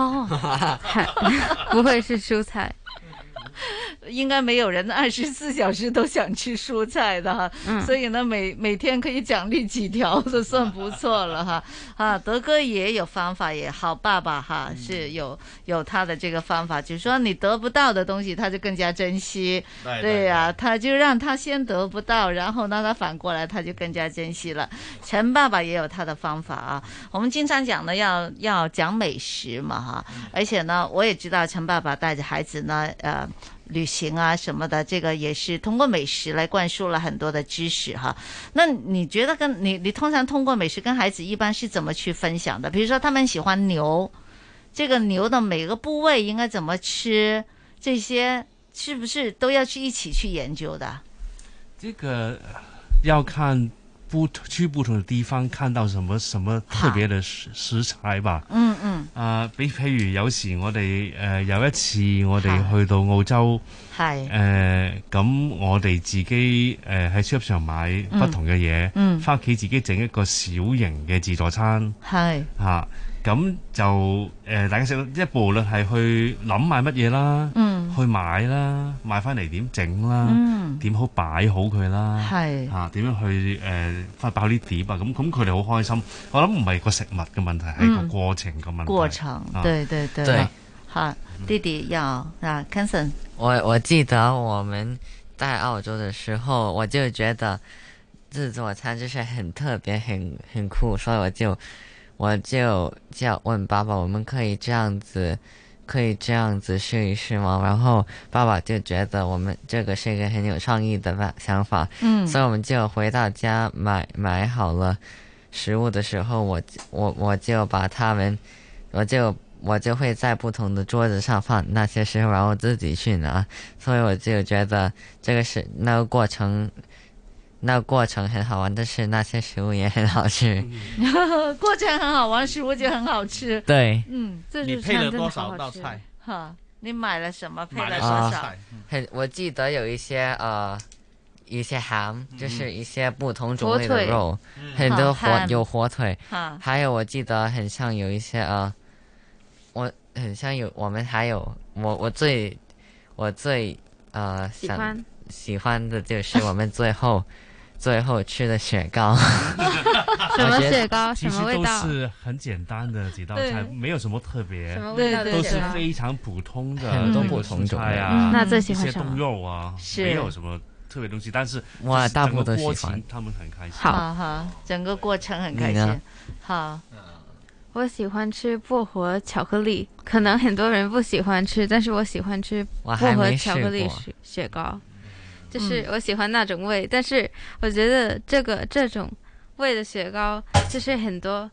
不會是蔬菜。 應該沒有人24小時都想吃蔬菜的哈，所以呢每天可以獎勵幾條就算不錯了哈。德哥也有方法，也好爸爸哈是有他的這個方法，就是說你得不到的東西他就更加珍惜，對呀，他就讓他先得不到，然後呢他反過來他就更加珍惜了。陳爸爸也有他的方法啊，我們經常講呢要講美食嘛哈，而且呢我也知道陳爸爸帶着孩子呢旅行啊什麼的，這個也是通過美食來灌輸了很多的知識哈。那你覺得你通常通過美食跟孩子一般是怎麼去分享的？比如說他們喜歡牛，這個牛的每個部位應該怎麼吃，這些是不是都要去一起去研究的？ 這個要看去不同的地方看到什麼特別的食材吧。譬如有時我哋有一次我哋去到澳洲，咁我哋自己喺超級上買不同嘅嘢，返屋企自己整一個小型嘅自助餐。咁就大家食一步啦，係去諗買乜嘢啦，去買啦，買翻嚟點整啦，點好擺好佢啦，點樣去發爆啲碟啊，咁佢哋好開心。我諗唔係個食物嘅問題，係個過程嘅問題。 過程，對對對。好，弟弟要Kenson。 我記得我們在澳洲的時候，我就覺得自助餐就是很特別，很酷，所以我就問爸爸，我們可以這樣子試一試嗎？然後爸爸就覺得我們這個是一個很有創意的想法，所以我們就回到家買好了食物的時候，我就把他們，我就會在不同的桌子上放那些食物，然後自己去拿，所以我就覺得這個是那個過程很好玩，但是那些食物也很好吃。 過程很好玩，食物就很好吃。 對， 你配了多少道菜？ 你買了什麼？配了多少？ 我記得有一些ham，就是一些不同種類的肉，很多有火腿，還有我記得很像有一些我們還有我最喜歡的就是我們最後吃的雪糕。 什麼雪糕？什麼味道？ 其實都是很簡單的幾道菜，沒有什麼特別，什麼味道都是非常普通的，很多不同種類啊， 那最喜歡一些凍肉啊，沒有什麼特別東西，但是哇，大部分都喜歡， 他們很開心。 好，整個過程很開心。好， 我喜歡吃薄荷巧克力，可能很多人不喜歡吃，但是我喜歡吃薄荷巧克力雪糕。就是我喜歡那種味，但是我覺得這種味的雪糕就是很多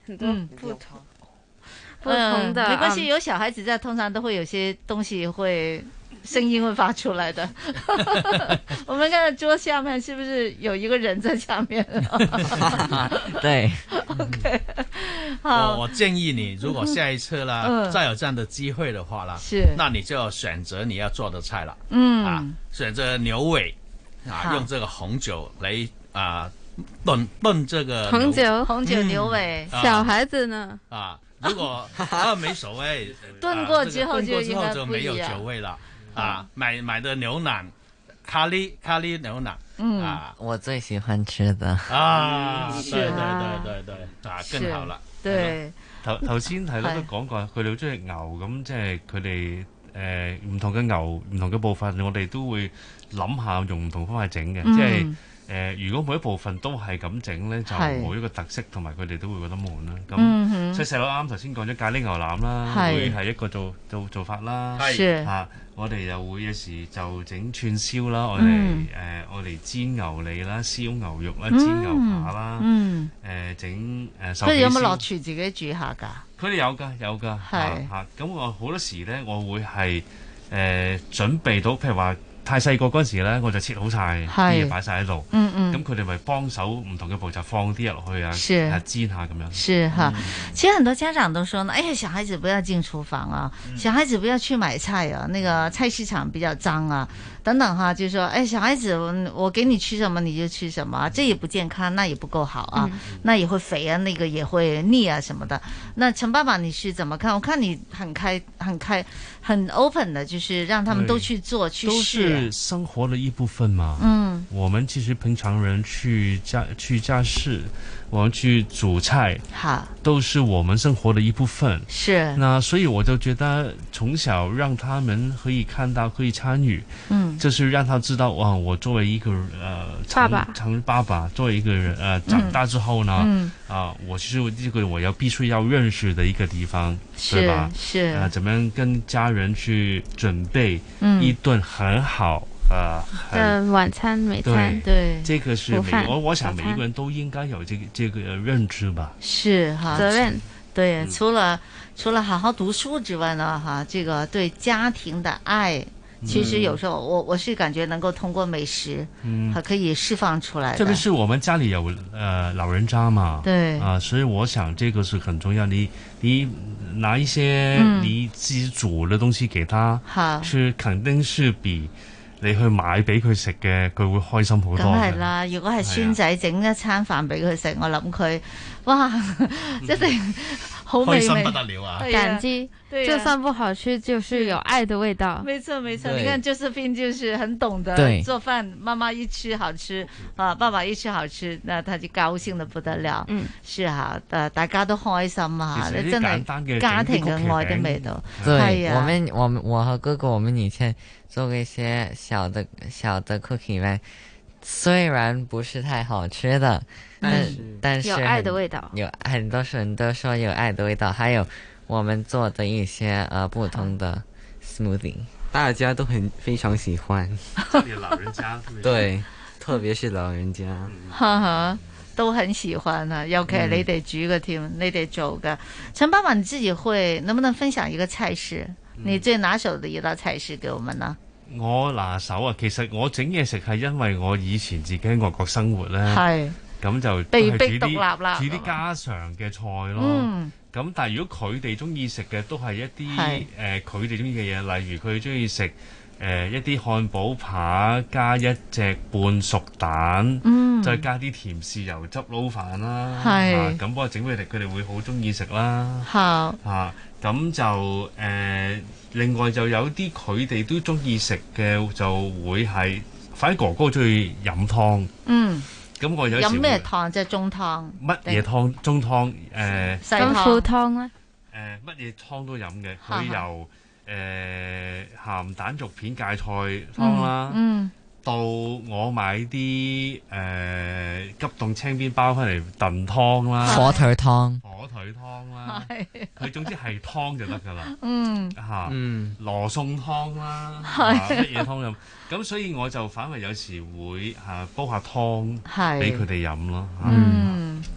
很多不同的。 没关系，有小孩子在，通常都会有些东西会声音会发出来的。我们看桌下面是不是有一个人在下面？ 对。 OK， 好， 我建议你，如果下一次啦，再有这样的机会的话啦， 是， 那你就要选择你要做的菜了。选择牛尾用这个红酒来炖这个红酒牛尾。 小孩子呢？ 如果没所谓， 炖过之后就应该就没有酒味了。买的牛腩，咖喱牛腩。 我最喜欢吃的對，更好啦。 對， 頭先係咯，都講過，佢哋好中意牛咁，即係佢哋唔同嘅牛唔同嘅部分，我哋都會諗下用唔同方法整嘅，即係如果每一部分都係咁整咧，就冇一個特色，同埋佢哋都會覺得悶啦。咁所以細佬啱頭先講咗咖喱牛腩啦，會係一個做法啦。我哋又會有時就整串燒啦，我哋煎牛脷啦、燒牛肉啦、煎牛扒啦，整壽喜燒。佢哋有冇落廚自己煮下㗎？佢哋有㗎，咁我好多時咧，我會係準備到，譬如話太細個嗰陣時咧，我就切好晒啲嘢擺晒喺度。咁佢哋咪幫手唔同嘅步驟放啲嘢落去煎下咁樣。 是哈，其實很多家長都說呢，哎呀，小孩子不要進廚房啊，小孩子不要去買菜啊，那個菜市場比較髒啊，等等哈，就是說，哎，小孩子我給你吃什麼你就吃什麼，這也不健康，那也不夠好啊，那也會肥啊，那個也會膩啊什麼的。那陳爸爸你是怎麼看？我看你很 open 的，就是讓他們都去做去試。 是生活的一部分嘛。我們其實平常人去家事，我們去煮菜，都是我們生活的一部分。 是。那所以我就覺得從小讓他們可以看到，可以參與，就是讓他知道，哇，我作為一個爸爸，作為一個人長大之後呢，我其實這個我必須要認識的一個地方，對吧？ 是。 怎麼樣跟家人去準備一頓很好晚餐美餐， 對， 這個是我想每一個人都應該有這個認知吧。 是哈， 責任。 對，除了好好讀書之外呢，哈，這個對家庭的愛，其實有時候我是感覺能夠通過美食，還可以釋放出來的。 特別是我們家裏有老人家嘛， 對所以我想這個是很重要。你拿一些你自己煮的東西給他，是肯定是比你去買俾佢食嘅，佢會開心好多。 梗係啦，如果係孫仔整一餐飯俾佢食，我諗佢哇，一定好美味， 開心不得了啊！ 感激，就算不好吃，就是有愛的味道。 沒錯沒錯，你看Josephine就是很懂得做飯，媽媽一吃好吃啊，爸爸一吃好吃，那他就高興得不得了。是啊，大家都開心啊，真係家庭嘅愛的味道。 對，我和哥哥，我們以前做過一些小的 cookie 們，雖然不是太好吃的，但是有愛的味道， 有很多人都說有愛的味道，還有我們做的一些不同的 smoothie， 大家都非常喜歡。 特別老人家， 對，特別是老人家， 哈哈，都很喜歡啊，尤其係你哋煮嘅添，你哋做嘅。陳爸爸你自己能不能分享一個菜式？你最拿手的一道菜式給我們呢？ 我拿手啊，其實我整嘢食係因為我以前自己喺外國生活咧，咁就被逼獨立啦， 煮啲家常嘅菜咯。咁但係如果佢哋中意食嘅都係一啲佢哋中意嘅嘢，例如佢中意食一啲漢堡扒加一隻半熟蛋，再加啲甜豉油汁撈飯啦。咁幫我整俾佢哋會好中意食啦。咁就另外就有啲佢哋都中意食嘅，就會係反正哥哥中意飲湯。咁我有時飲咩湯？即係中湯？ 乜嘢湯？中湯？ 咁苦湯咧？ 乜嘢湯都飲嘅。佢由鹹蛋肉片芥菜湯啦，到我買啲急凍青邊包翻嚟燉湯啦， 火腿湯啦，佢總之係湯就得噶啦。羅宋湯啦，乜嘢湯咁，所以我就反為有時會煲下湯俾佢哋飲咯。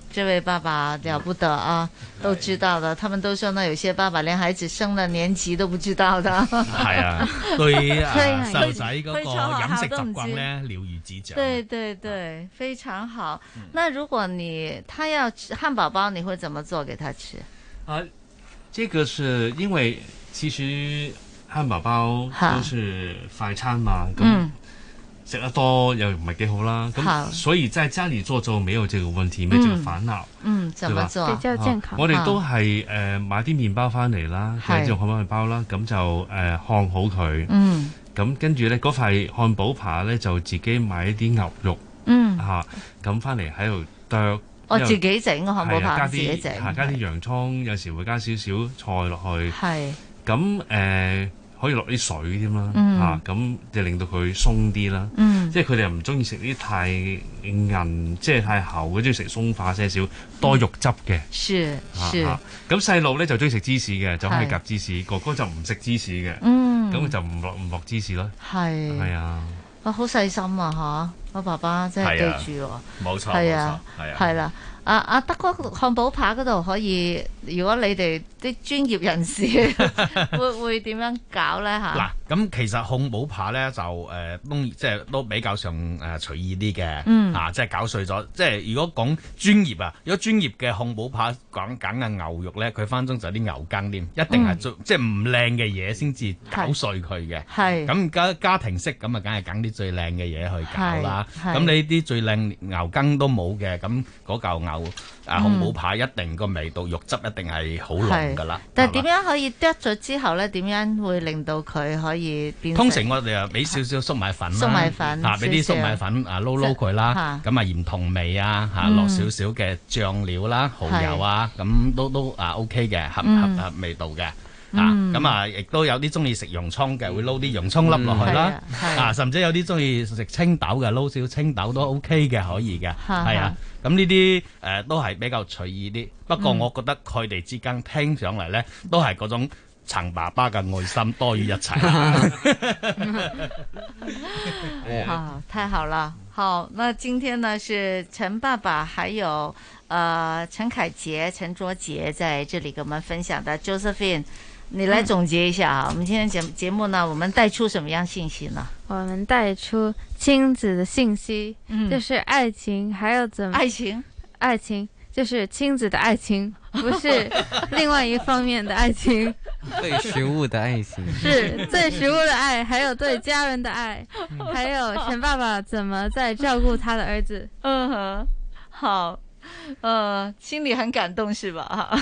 这位爸爸了不得啊，都知道的。他們都說呢，有些爸爸連孩子生了年級都不知道的。 係啊，對細路仔嗰個飲食習慣咧了如指掌。 對對對，非常好。那如果他要吃漢堡包，你會怎麼做給他吃？ 這個是因為其實漢堡包都是快餐嘛，咁食得多又唔係幾好啦，咁所以在家裡做就沒有這個問題，沒有這個煩惱。 怎麼做？ 比較健康。 我哋都係買啲麵包翻嚟啦，即係漢堡包啦，咁就烘好佢。咁跟住咧嗰塊漢堡扒咧就自己買一啲牛肉。咁翻嚟喺度剁。 我自己整個漢堡扒，自己整。 加啲洋葱，有時會加少少菜落去。係。咁可以落啲水添啦，咁就令到佢鬆啲啦。即係佢哋又唔中意食啲太韌，即係太厚，佢中意食鬆化些少，多肉汁嘅。 是。 咁細路咧就中意食芝士嘅，就可以夾芝士。哥哥就唔食芝士嘅，咁佢就唔落芝士咯。係啊。 好細心啊！嚇，我爸爸真係記住喎。 冇錯， 係啊，係啦。阿德哥漢堡扒嗰度可以，如果你哋啲專業人士會點樣搞咧嚇？ 嗱，咁其實漢堡扒咧就即係都比較上隨意啲嘅，即係搞碎咗。即係如果講專業啊，如果專業嘅漢堡扒揀嘅牛肉咧，佢翻中就啲牛筋添，一定係即係唔靚嘅嘢先至搞碎佢嘅。係咁家庭式咁啊，梗係揀啲最靚嘅嘢去搞啦。咁你啲最靚牛筋都冇嘅，咁嗰嚿牛漢堡扒一定個味道，肉汁一定係好濃噶啦。 但係點樣可以剁咗之後咧？點樣會令到佢可以變？ 通常我哋啊俾少少粟米粉啦， 粟米粉俾啲粟米粉撈佢啦，咁鹽同味啊落少少嘅醬料啦、蠔油啊，咁都OK 嘅，合味道嘅。咁亦都有啲中意食洋葱嘅，會撈啲洋葱粒落去啦。甚至有啲中意食青豆嘅，撈少青豆都 OK 嘅，可以嘅。係啊，咁呢啲都係比較隨意啲。不過我覺得佢哋之間聽上嚟咧，都係嗰種陳爸爸嘅愛心多於一切。 好，太好了。好，那今天呢是陳爸爸，還有陳凱傑、陳卓傑在這裡跟我們分享的。Josephine，你來總結一下啊，我們今天節目呢，我們帶出什麼樣信息呢？ 我們帶出親子的信息，就是愛情，還有怎麼愛情就是親子的愛情，不是另外一方面的愛情。 對食物的愛情， 是對食物的愛，還有對家人的愛，還有陳爸爸怎麼在照顧他的兒子。 好，心裡很感動是吧？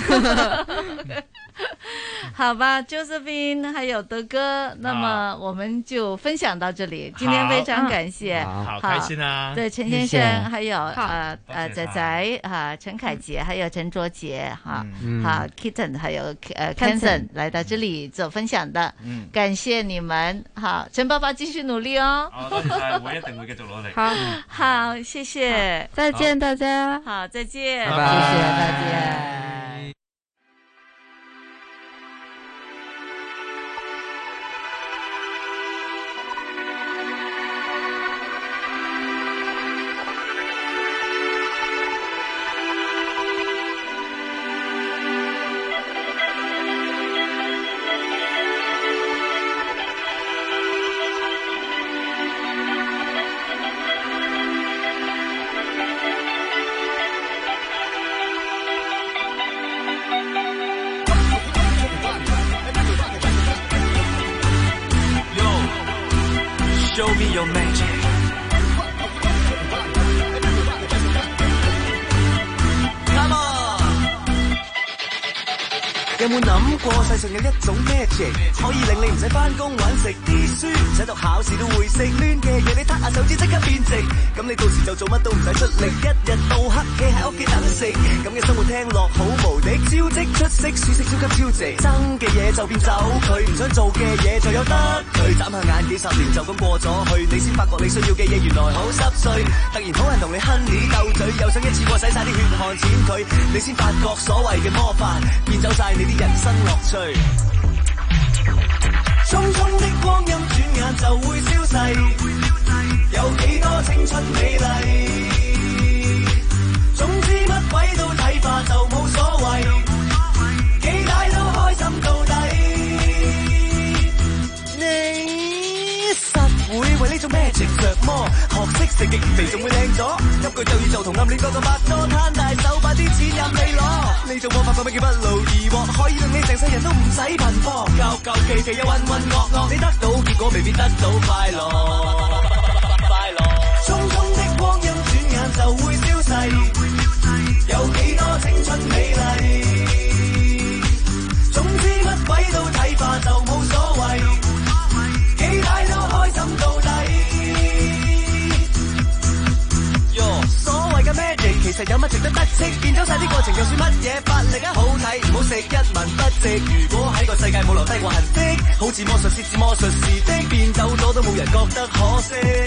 好吧，Josephine 還有德哥，那麼我們就分享到這裡。今天非常感謝， 好開心啊！ 對陳先生，還有仔仔陳凱傑，還有陳卓傑，好 Kitten， 還有Kenson 來到這裡做分享的，感謝你們。好，陳爸爸繼續努力哦。 多謝晒，我一定會繼續努力。 好，謝謝， 再見大家。 好，再見， 拜拜， 謝謝大家。 Show me your magic. Come on. 有冇諗過世上有一種 magic 可以令你唔使返工搵食，啲書唔使讀考試都會識，亂嘅嘢你撻下手指即刻變直，咁你到時就做乜都唔使出力，一日到黑企喺屋企等食，咁嘅生活聽落好無敵，招積出色，舒適超級超值，憎嘅嘢就變走佢，唔想做嘅嘢就有得佢，眨下眼幾十年就咁過咗去，你先發覺你需要嘅嘢原來好濕碎，突然好人同你 honey 鬥嘴，又想一次過洗晒啲血汗錢佢，你先發覺所謂嘅魔法變走晒你啲人生樂趣，匆匆的光陰轉眼就會消逝，有幾多青春美麗，總之乜鬼都呢種 magic 着魔，學識食極肥仲會靚咗，急句就要做同暗戀嗰個拍拖，攤大手把啲錢任你攞，呢種魔法講咩叫不勞而獲，可以令你成世人都唔使頻撲，舊舊期又渾渾噩噩，你得到結果未必得到快樂，快樂。匆匆的光陰轉眼就會消逝，有幾多青春美麗，總之乜鬼都睇化就冇所謂，幾大都開心到底。所謂嘅 magic 其實有乜值得得戚，變咗晒啲過程就算乜嘢法力啊好睇，唔好食一文不值。如果喺個世界冇留低過痕跡，好似魔術師治魔術師的變走咗都冇人覺得可惜。